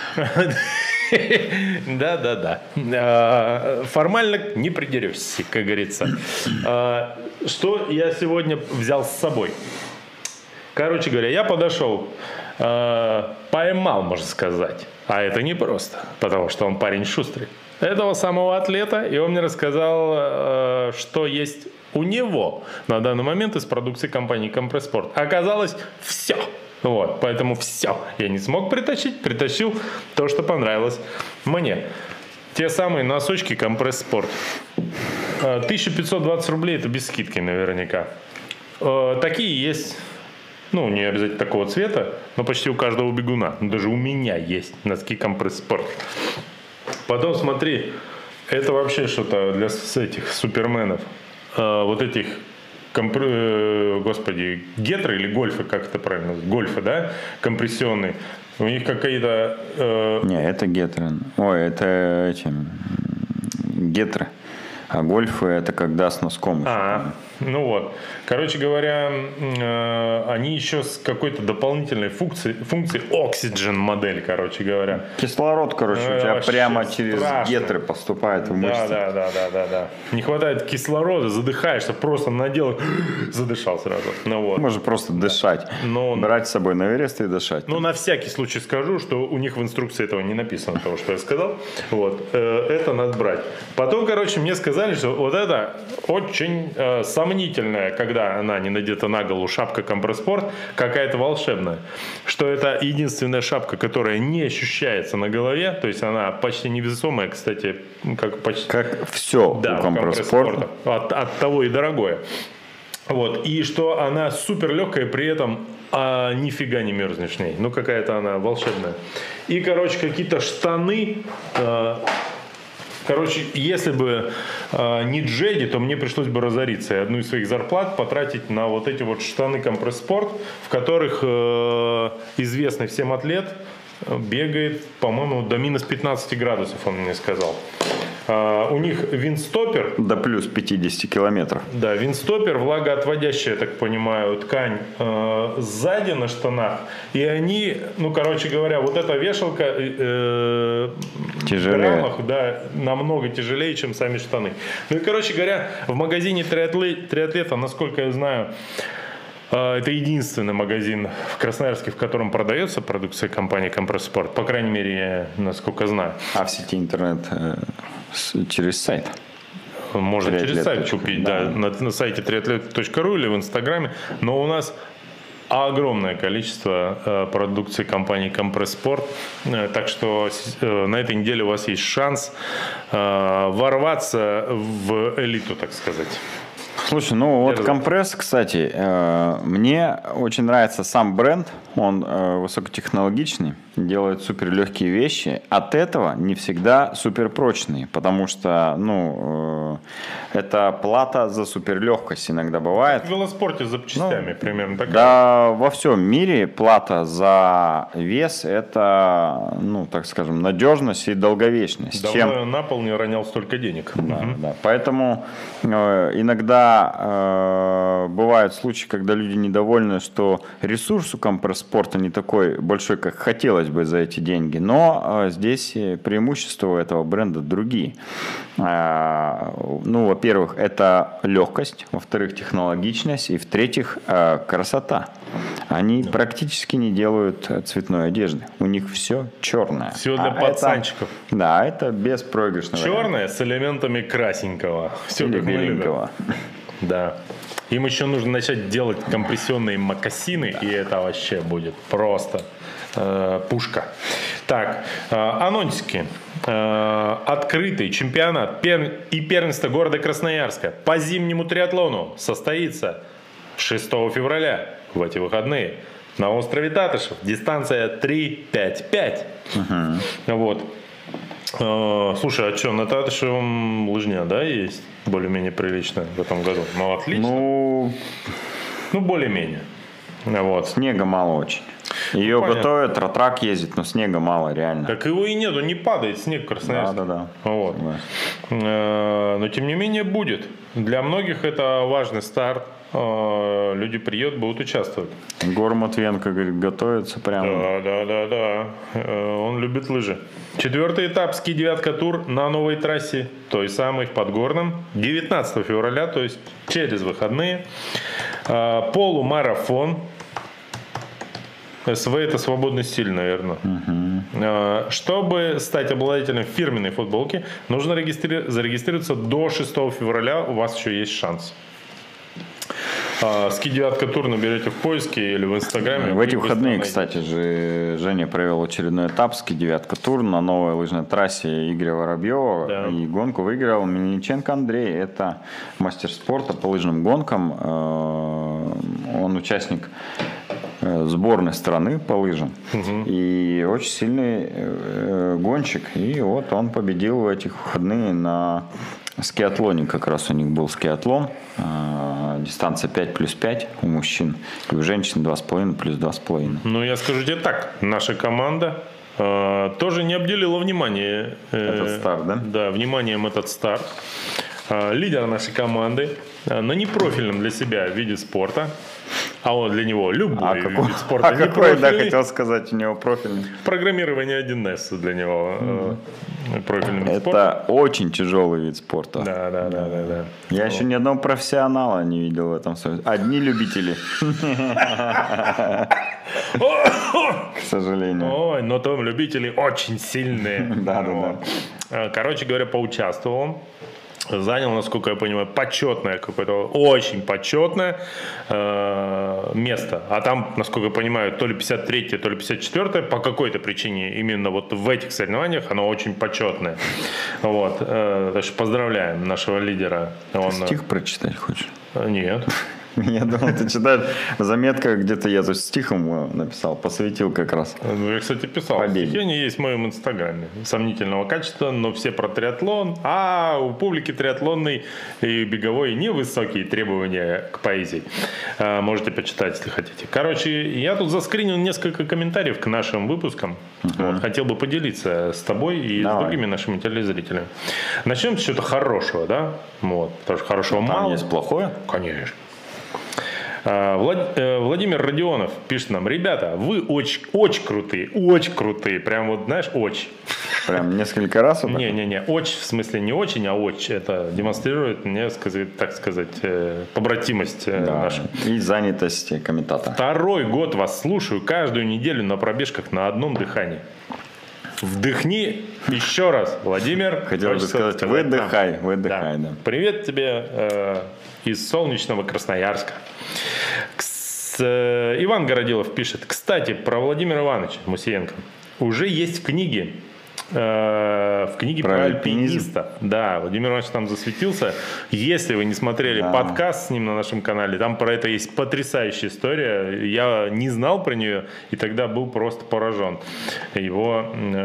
Да, да, да. Формально не придерешься, как говорится. Что я сегодня взял с собой? Короче говоря, я подошел, поймал, можно сказать. А это непросто, потому что он парень шустрый. Этого самого атлета, и он мне рассказал, что есть у него на данный момент из продукции компании Компресс Спорт. Оказалось, все. Вот, поэтому все. Я не смог притащить, притащил то, что понравилось мне. Те самые носочки Компресс Спорт. тысяча пятьсот двадцать рублей, это без скидки наверняка. Такие есть, ну, не обязательно такого цвета, но почти у каждого бегуна. Даже у меня есть носки Компресс Спорт. Потом смотри, это вообще что-то для этих суперменов. Вот этих Компр... Господи, гетры или гольфы, как это правильно? Гольфы, да? Компрессионные. У них какие-то... Э... Не, это гетры. Ой, это эти... гетры. А гольфы это когда с носком. А, ну вот. Короче говоря, э, они еще с какой-то дополнительной функцией, функцией Oxygen модель, короче говоря. Кислород, короче, э, у тебя прямо через страшно. Гетры поступает в мышцы. Да, да, да, да, да, да. Не хватает кислорода, задыхаешься, просто надел, задышал сразу. Ну, вот. Можно просто дышать. Но... брать с собой на Эверест и дышать. Ну, на всякий случай скажу, что у них в инструкции этого не написано, того, что я сказал. Вот. Э, это надо брать. Потом, короче, мне сказали, что вот это очень э, сомнительная, когда она не надета на голову, шапка Компресс-спорт, какая-то волшебная. Что это единственная шапка, которая не ощущается на голове, то есть она почти невесомая, кстати, как почти... Как все да, у Компресс-спорта. От, от того и дорогое. Вот. И что она супер легкая, при этом а нифига не мерзнешь в ней. Ну, какая-то она волшебная. И, короче, какие-то штаны. Э, короче, если бы э, не Джеди, то мне пришлось бы разориться и одну из своих зарплат потратить на вот эти вот штаны компресс-спорт, в которых э, известный всем атлет бегает, по-моему, до минус пятнадцати градусов, он мне сказал. Uh, у них виндстоппер. До плюс пятидесяти километров. Да, виндстоппер, влагоотводящая, я так понимаю, ткань э, сзади на штанах. И они, ну, короче говоря, вот эта вешалка э, в граммах, да, намного тяжелее, чем сами штаны. Ну и, короче говоря, в магазине триатлет, триатлета, насколько я знаю, это единственный магазин в Красноярске, в котором продается продукция компании «Компресс-спорт». По крайней мере, я, насколько знаю. А в сети интернет э, с, через сайт? Можно триатлет. Через сайт купить, да, да на, на сайте триатлет точка ру или в Инстаграме. Но у нас огромное количество э, продукции компании «Компресс-спорт». Э, так что э, на этой неделе у вас есть шанс э, ворваться в элиту, так сказать. Слушай, ну вот компресс, кстати, э, мне очень нравится сам бренд, он э, высокотехнологичный, делает супер легкие вещи, от этого не всегда супер прочные, потому что, ну, э, это плата за супер легкость иногда бывает. В велоспорте с запчастями, ну, примерно такая. Да, во всем мире плата за вес это, ну, так скажем, надежность и долговечность. Давно Чем... я на пол не ронял столько денег. Да, угу. да. Поэтому э, иногда э, бывают случаи, когда люди недовольны, что ресурс у компресс-спорта не такой большой, как хотелось бы за эти деньги, но э, здесь преимущества у этого бренда другие. Э, ну, во-первых, это легкость, во-вторых, технологичность, и в-третьих, э, красота. Они да. практически не делают цветной одежды. У них все черное. Все для а пацанчиков. Это, да, это беспроигрышный Черное вариант. С элементами красненького. Все Или как беленького. Да. Им еще нужно начать делать компрессионные мокасины, и это вообще будет просто э, пушка. Так, э, анонсики. Э, открытый чемпионат пер... и первенство города Красноярска по зимнему триатлону состоится шестого февраля в эти выходные на острове Татышев. Дистанция три пять пять. Угу. Вот. Э, слушай, а что, на Татышевом лыжня, да, есть? Более-менее прилично в этом году. Ну, отлично. Ну, ну более-менее. Вот. Снега мало очень. Ее ну, готовят, ратрак ездит, но снега мало, реально. Так его и нету, не падает снег в Красноярске. Да, да, да. Вот. Но тем не менее будет. Для многих это важный старт. Люди приедут, будут участвовать. Гор Матвенко, говорит, готовится прямо. Да, да, да, да. Он любит лыжи. Четвертый этап ски девятка тур на новой трассе, той самой в Подгорном, девятнадцатого февраля, то есть через выходные. Полумарафон. СВ это свободный стиль, наверное. Угу. Чтобы стать обладателем фирменной футболки, нужно регистри... зарегистрироваться до шестого февраля. У вас еще есть шанс. Ски девятка тур наберете в поиске или в Инстаграме. В эти выходные, кстати же, Женя провел очередной этап ски девятка тур на новой лыжной трассе Игоря Воробьева. Да. И гонку выиграл Мельниченко Андрей. Это мастер спорта по лыжным гонкам. Он участник сборной страны по лыжам. Угу. И очень сильный гонщик. И вот он победил в этих выходные на скиатлоне. Как раз у них был скиатлон. Дистанция пять плюс пять у мужчин. И у женщин два с половиной плюс два с половиной. Ну, я скажу тебе так. Наша команда э, тоже не обделила внимание. Э, этот старт, да? Да, вниманием этот старт. Э, лидер нашей команды э, на непрофильном для себя виде спорта. А он для него любой а вид спорта. А какой, да, хотел сказать, у него профильный? Программирование один эс для него mm. э, профильный вид Это спорта. Это очень тяжелый вид спорта. Да, да, да, да, да. Я вот. еще ни одного профессионала не видел в этом. Одни любители. К сожалению. Ой, но там любители очень сильные. Да, да, да. Короче говоря, поучаствовал он. Занял, насколько я понимаю, почетное какое-то, очень почетное э, место. А там, насколько я понимаю, то ли пятьдесят третье, то ли пятьдесят четвёртое, по какой-то причине именно вот в этих соревнованиях оно очень почетное. Вот. Э, так что поздравляем нашего лидера. Он... Стих прочитать хочешь? Нет. Я думал, ты читаешь в заметках, где-то я тут стихом написал, посвятил как раз. Ну, я, кстати, писал. Победе. Стихи, они есть в моем инстаграме. Сомнительного качества, но все про триатлон. А у публики триатлонной и беговой невысокие требования к поэзии. А, можете почитать, если хотите. Короче, я тут заскринил несколько комментариев к нашим выпускам. Uh-huh. Вот, хотел бы поделиться с тобой и Давай. с другими нашими телезрителями. Начнем с чего-то хорошего, да? Вот, потому что хорошего Там мало. есть плохое? Конечно. Влад... Владимир Родионов пишет нам: ребята, вы очень, очень крутые, очень крутые, прям вот, знаешь, очень. Прям несколько раз? Вот Не-не-не, очень, в смысле не очень, а очень. Это демонстрирует мне, сказать, так сказать, побратимость да. нашу. И занятость комментатора. Второй год вас слушаю каждую неделю на пробежках на одном дыхании. Вдохни еще раз, Владимир. Хотел бы сказать, сказать выдыхай, нам. выдыхай. Да. Да. Привет тебе э, из солнечного Красноярска. Кс, э, Иван Городилов пишет: кстати, про Владимира Ивановича Мусиенко уже есть в книге. Э, в книге про, про альпиниста. Да, Владимир Иванович там засветился. Если вы не смотрели да. подкаст с ним на нашем канале, там про это есть потрясающая история. Я не знал про нее и тогда был просто поражен его,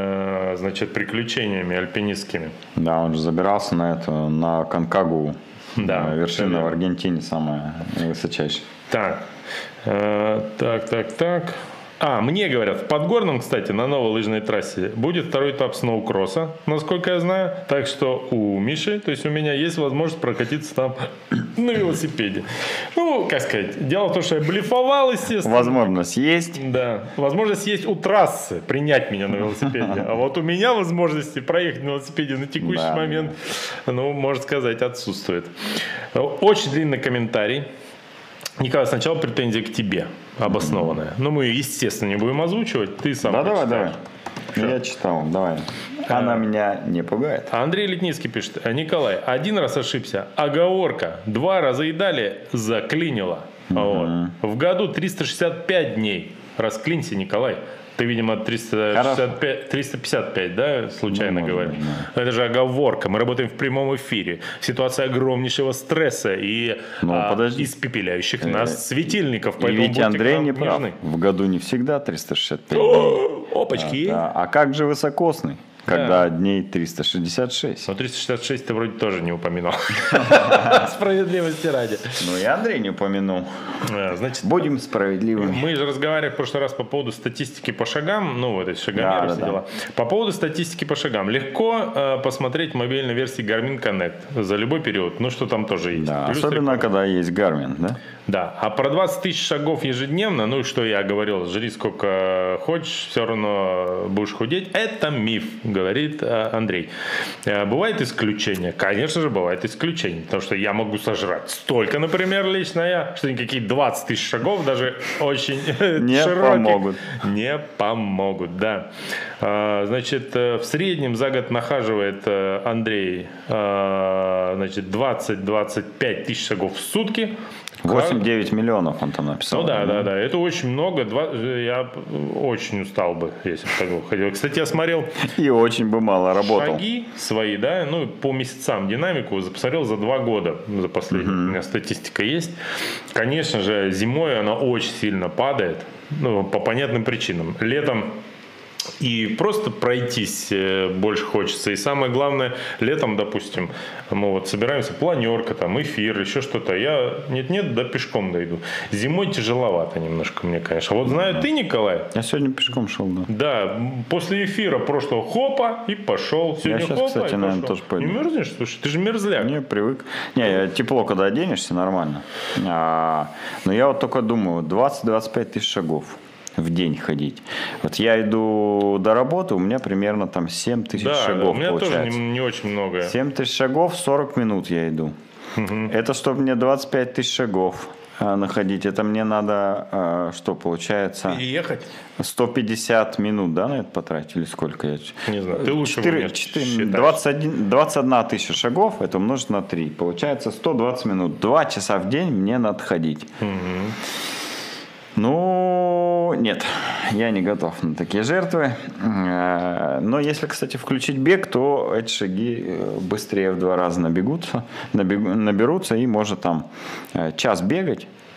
э, значит, приключениями альпинистскими. Да, он же забирался на это, на Конкагуа. Да, вершина в Аргентине самая высочайшая. Так, э, так, так, так. А, мне говорят, в Подгорном, кстати, на новой лыжной трассе будет второй этап сноукросса, насколько я знаю. Так что у Миши, то есть у меня есть возможность прокатиться там на велосипеде. Ну, как сказать, дело в том, что я блефовал, естественно. Возможность есть. Да, возможность есть у трассы принять меня на велосипеде. А вот у меня возможности проехать на велосипеде на текущий да. момент, ну, можно сказать, отсутствует. Очень длинный комментарий. Николай, сначала претензия к тебе обоснованная. Mm-hmm. Но мы, естественно, не будем озвучивать. Ты сам да, почитаешь. давай, давай. Я читал, давай. Она а, меня не пугает. Андрей Летницкий пишет: Николай, один раз ошибся. Оговорка. Два раза и далее заклинило. Mm-hmm. Вот. В году триста шестьдесят пять дней. Расклинься, Николай. Ты, видимо, триста шестьдесят пять, триста пятьдесят пять, да, случайно ну, говорю? Да. Это же оговорка. Мы работаем в прямом эфире. Ситуация огромнейшего стресса и ну, а, испепеляющих нас светильников. И ведь Андрей не прав. В году не всегда триста шестьдесят пять дней. Опачки. А, да. А как же высокосный? Когда да. дней триста шестьдесят шесть. Но триста шестьдесят шесть ты вроде тоже не упоминал. Справедливости ради. Ну и Андрей не упомянул. Значит, будем справедливыми. Мы же разговаривали в прошлый раз по поводу статистики по шагам. Ну, вот эти шагомеры да, все да, дела. Да. По поводу статистики по шагам. Легко э, посмотреть в мобильной версии Garmin Connect за любой период. Ну, что там тоже есть. Да, особенно, когда есть Garmin, да? Да. А про двадцать тысяч шагов ежедневно, ну, что я говорил, жри сколько хочешь, все равно будешь худеть. Это миф, говорит Андрей. Бывает исключения? Конечно же, бывает исключения. Потому что я могу сожрать столько, например, лично я, что никакие двадцать тысяч шагов даже очень не широких помогут. Не помогут, да. Значит, в среднем за год нахаживает Андрей, значит, двадцать-двадцать пять тысяч шагов в сутки. восемь-девять миллионов он там написал. Ну да, да, да. Это очень много. Я очень устал бы, если бы так хотел. Кстати, я смотрел... И очень бы мало работал. Шаги свои, да, ну, по месяцам динамику посмотрел за два года, за последние. Uh-huh. У меня статистика есть. Конечно же, зимой она очень сильно падает. Ну, по понятным причинам. Летом и просто пройтись больше хочется. И самое главное, летом, допустим, мы вот собираемся, планерка, там, эфир, еще что-то. Я нет-нет, да пешком дойду. Зимой тяжеловато немножко мне, конечно. Вот знаю ты, Николай. Я сегодня пешком шел, да. Да, после эфира прошлого хопа и пошел. Сегодня я сейчас, хопа кстати, и наверное, пошел. тоже пойду. Не мерзнешь? Слушай, ты же мерзляк. Не, привык. Не, тепло, когда оденешься, нормально. А, но я вот только думаю, двадцать-двадцать пять тысяч шагов в день ходить. Вот я иду до работы, у меня примерно там семь тысяч да, шагов да, у меня получается. тоже не, не очень много. семь тысяч шагов, сорок минут я иду. Угу. Это чтобы мне двадцать пять тысяч шагов а, находить, это мне надо, а, что получается? Переехать? сто пятьдесят минут, да, на это потратить? Или сколько я? Не знаю, ты лучше четыре, четыре, двадцать один, двадцать одна тысяча шагов, это умножить на три. Получается сто двадцать минут. два часа в день мне надо ходить. Угу. Ну, нет, я не готов на такие жертвы. Но если, кстати, включить бег, то эти шаги быстрее в два раза набегутся, набегу, наберутся, и можно там час бегать,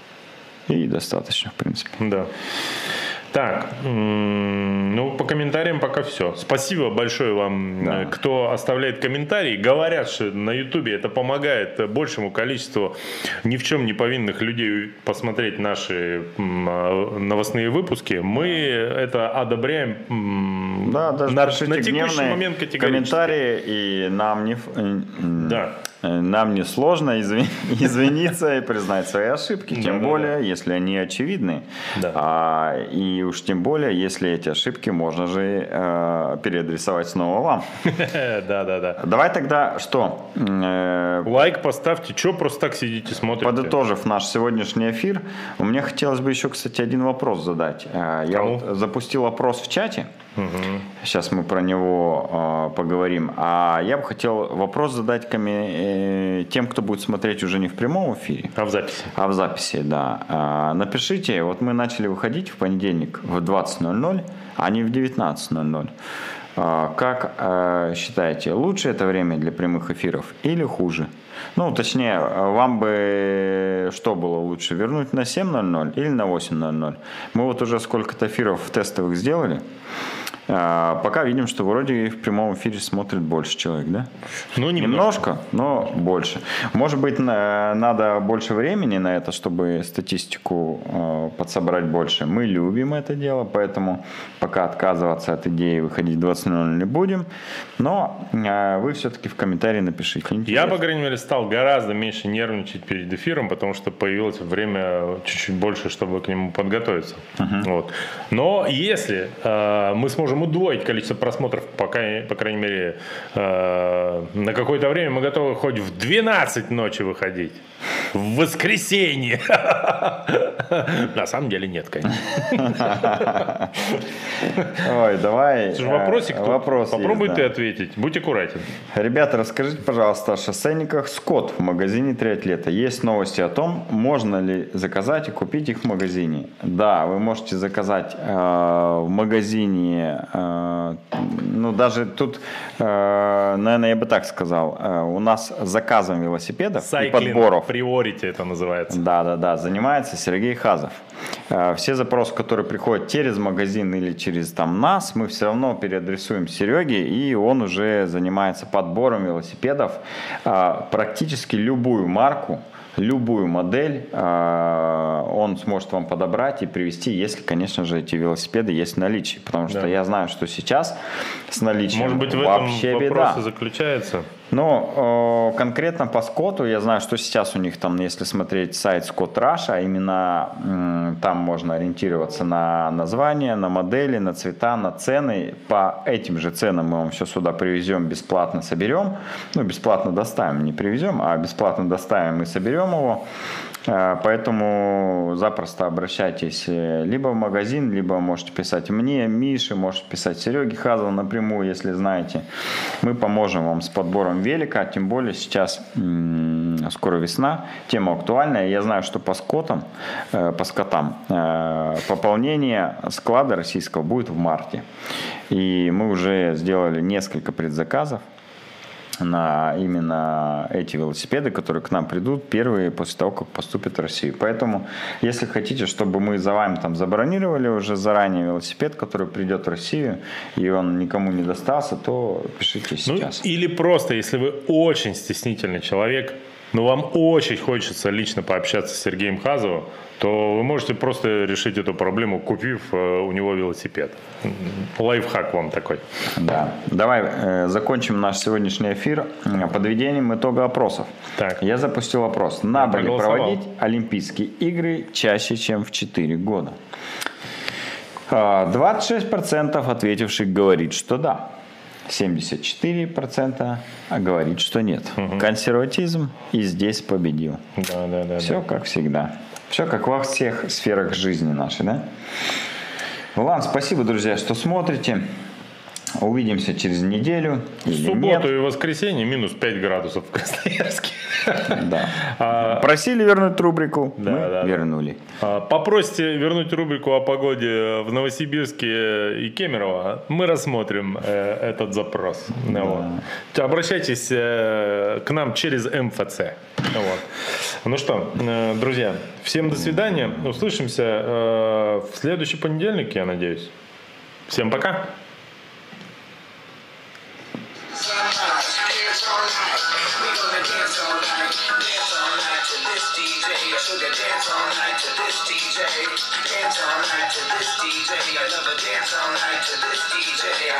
И достаточно, в принципе. Да. Так, ну, по комментариям пока все. Спасибо большое вам, да. кто оставляет комментарии. Говорят, что на Ютубе это помогает большему количеству ни в чем не повинных людей посмотреть наши новостные выпуски. Мы это одобряем да, даже на, на текущий момент категорически. Комментарии, и нам не... Да. Нам не сложно извиниться и признать свои ошибки, тем да, более, да, да. если они очевидны. Да. А, и уж тем более, если эти ошибки можно же э, переадресовать снова вам. Да, да, да. Давай тогда что? Лайк поставьте, что просто так сидите, смотрите. Подытожив наш сегодняшний эфир, мне хотелось бы еще, кстати, один вопрос задать. Я вот запустил опрос в чате. Угу. Сейчас мы про него э, поговорим. А я бы хотел вопрос задать коми- э, тем, кто будет смотреть уже не в прямом эфире, а в записи. А в записи, да. Э, напишите, вот мы начали выходить в понедельник в двадцать ноль ноль, а не в девятнадцать ноль ноль. Э, как э, считаете, лучше это время для прямых эфиров или хуже? Ну, точнее, вам бы что было лучше, вернуть на семь ноль ноль или на восемь ноль ноль? Мы вот уже сколько-то эфиров тестовых сделали. А, пока видим, что вроде в прямом эфире смотрит больше человек, да? Ну, немножко. Немножко, но больше. Может быть, на, надо больше времени на это, чтобы статистику э, подсобрать больше. Мы любим это дело, поэтому пока отказываться от идеи выходить в двадцать ноль ноль не будем. Но э, вы все-таки в комментарии напишите. Интересно. Я, по крайней мере, стал гораздо меньше нервничать перед эфиром, потому что появилось время чуть-чуть больше, чтобы к нему подготовиться. Uh-huh. Вот. Но если э, мы сможем удвоить количество просмотров, пока, по крайней мере, э, на какое-то время мы готовы хоть в двенадцать ночи выходить. В воскресенье. На самом деле нет, конечно. Ой, давай. Вопросик вопрос. Попробуй ты ответить. Будь аккуратен. Ребята, расскажите, пожалуйста, о шоссейниках Скотт в магазине триатлета. Есть новости о том, можно ли заказать и купить их в магазине. Да, вы можете заказать э, в магазине. Э, ну, даже тут, э, наверное, я бы так сказал. Э, у нас заказом велосипедов Cycling и подборов. Priority это называется. Да, да, да. Занимается Сергей Хазов. Все запросы, которые приходят через магазин или через там нас, мы все равно переадресуем Сереге, и он уже занимается подбором велосипедов. Практически любую марку, любую модель он сможет вам подобрать и привезти, если, конечно же, эти велосипеды есть в наличии. Потому что да. я знаю, что сейчас с наличием Может быть, в вообще этом беда. вопрос и заключается? Но э, конкретно по Скотту, я знаю, что сейчас у них там, если смотреть сайт Scott Russia, именно э, там можно ориентироваться на название, на модели, на цвета, на цены. По этим же ценам мы вам все сюда привезем, бесплатно соберем. Ну, бесплатно доставим, не привезем, а бесплатно доставим и соберем его. Э, поэтому запросто обращайтесь либо в магазин, либо можете писать мне, Мише, можете писать Сереге Хазову напрямую, если знаете. Мы поможем вам с подбором велика, тем более сейчас м- скоро весна, тема актуальная. Я знаю, что по скотам, э, по скотам э, пополнение склада российского будет в марте. И мы уже сделали несколько предзаказов на именно эти велосипеды, которые к нам придут первые после того, как поступят в Россию. Поэтому, если хотите, чтобы мы за вами там забронировали уже заранее велосипед, который придет в Россию, и он никому не достался, то пишите сейчас. Ну, или просто, если вы очень стеснительный человек, но вам очень хочется лично пообщаться с Сергеем Хазовым, то вы можете просто решить эту проблему, купив у него велосипед. Лайфхак вам такой. Да. Давай э, закончим наш сегодняшний эфир подведением итога опросов. Так. Я запустил опрос. Надо ли проводить Олимпийские игры чаще, чем в четыре года? двадцать шесть процентов ответивших говорит, что да. семьдесят четыре процента говорит, что нет. Угу. Консерватизм и здесь победил. Да, да, да, Все да. как всегда. Все как во всех сферах жизни нашей, да? Ладно, спасибо, друзья, что смотрите. Увидимся через неделю. В субботу нет. и воскресенье минус пять градусов в Красноярске. Да. А, Просили вернуть рубрику, да, мы да, вернули. А, попросите вернуть рубрику о погоде в Новосибирске и Кемерово. Мы рассмотрим э, этот запрос. Да. Вот. Обращайтесь э, к нам через эм эф цэ. Вот. Ну что, э, друзья, всем до свидания. Услышимся э, в следующий понедельник, я надеюсь. Всем пока. Sugar dance all night to this D J. Dance all night to this D J. I love a dance all night to this D J.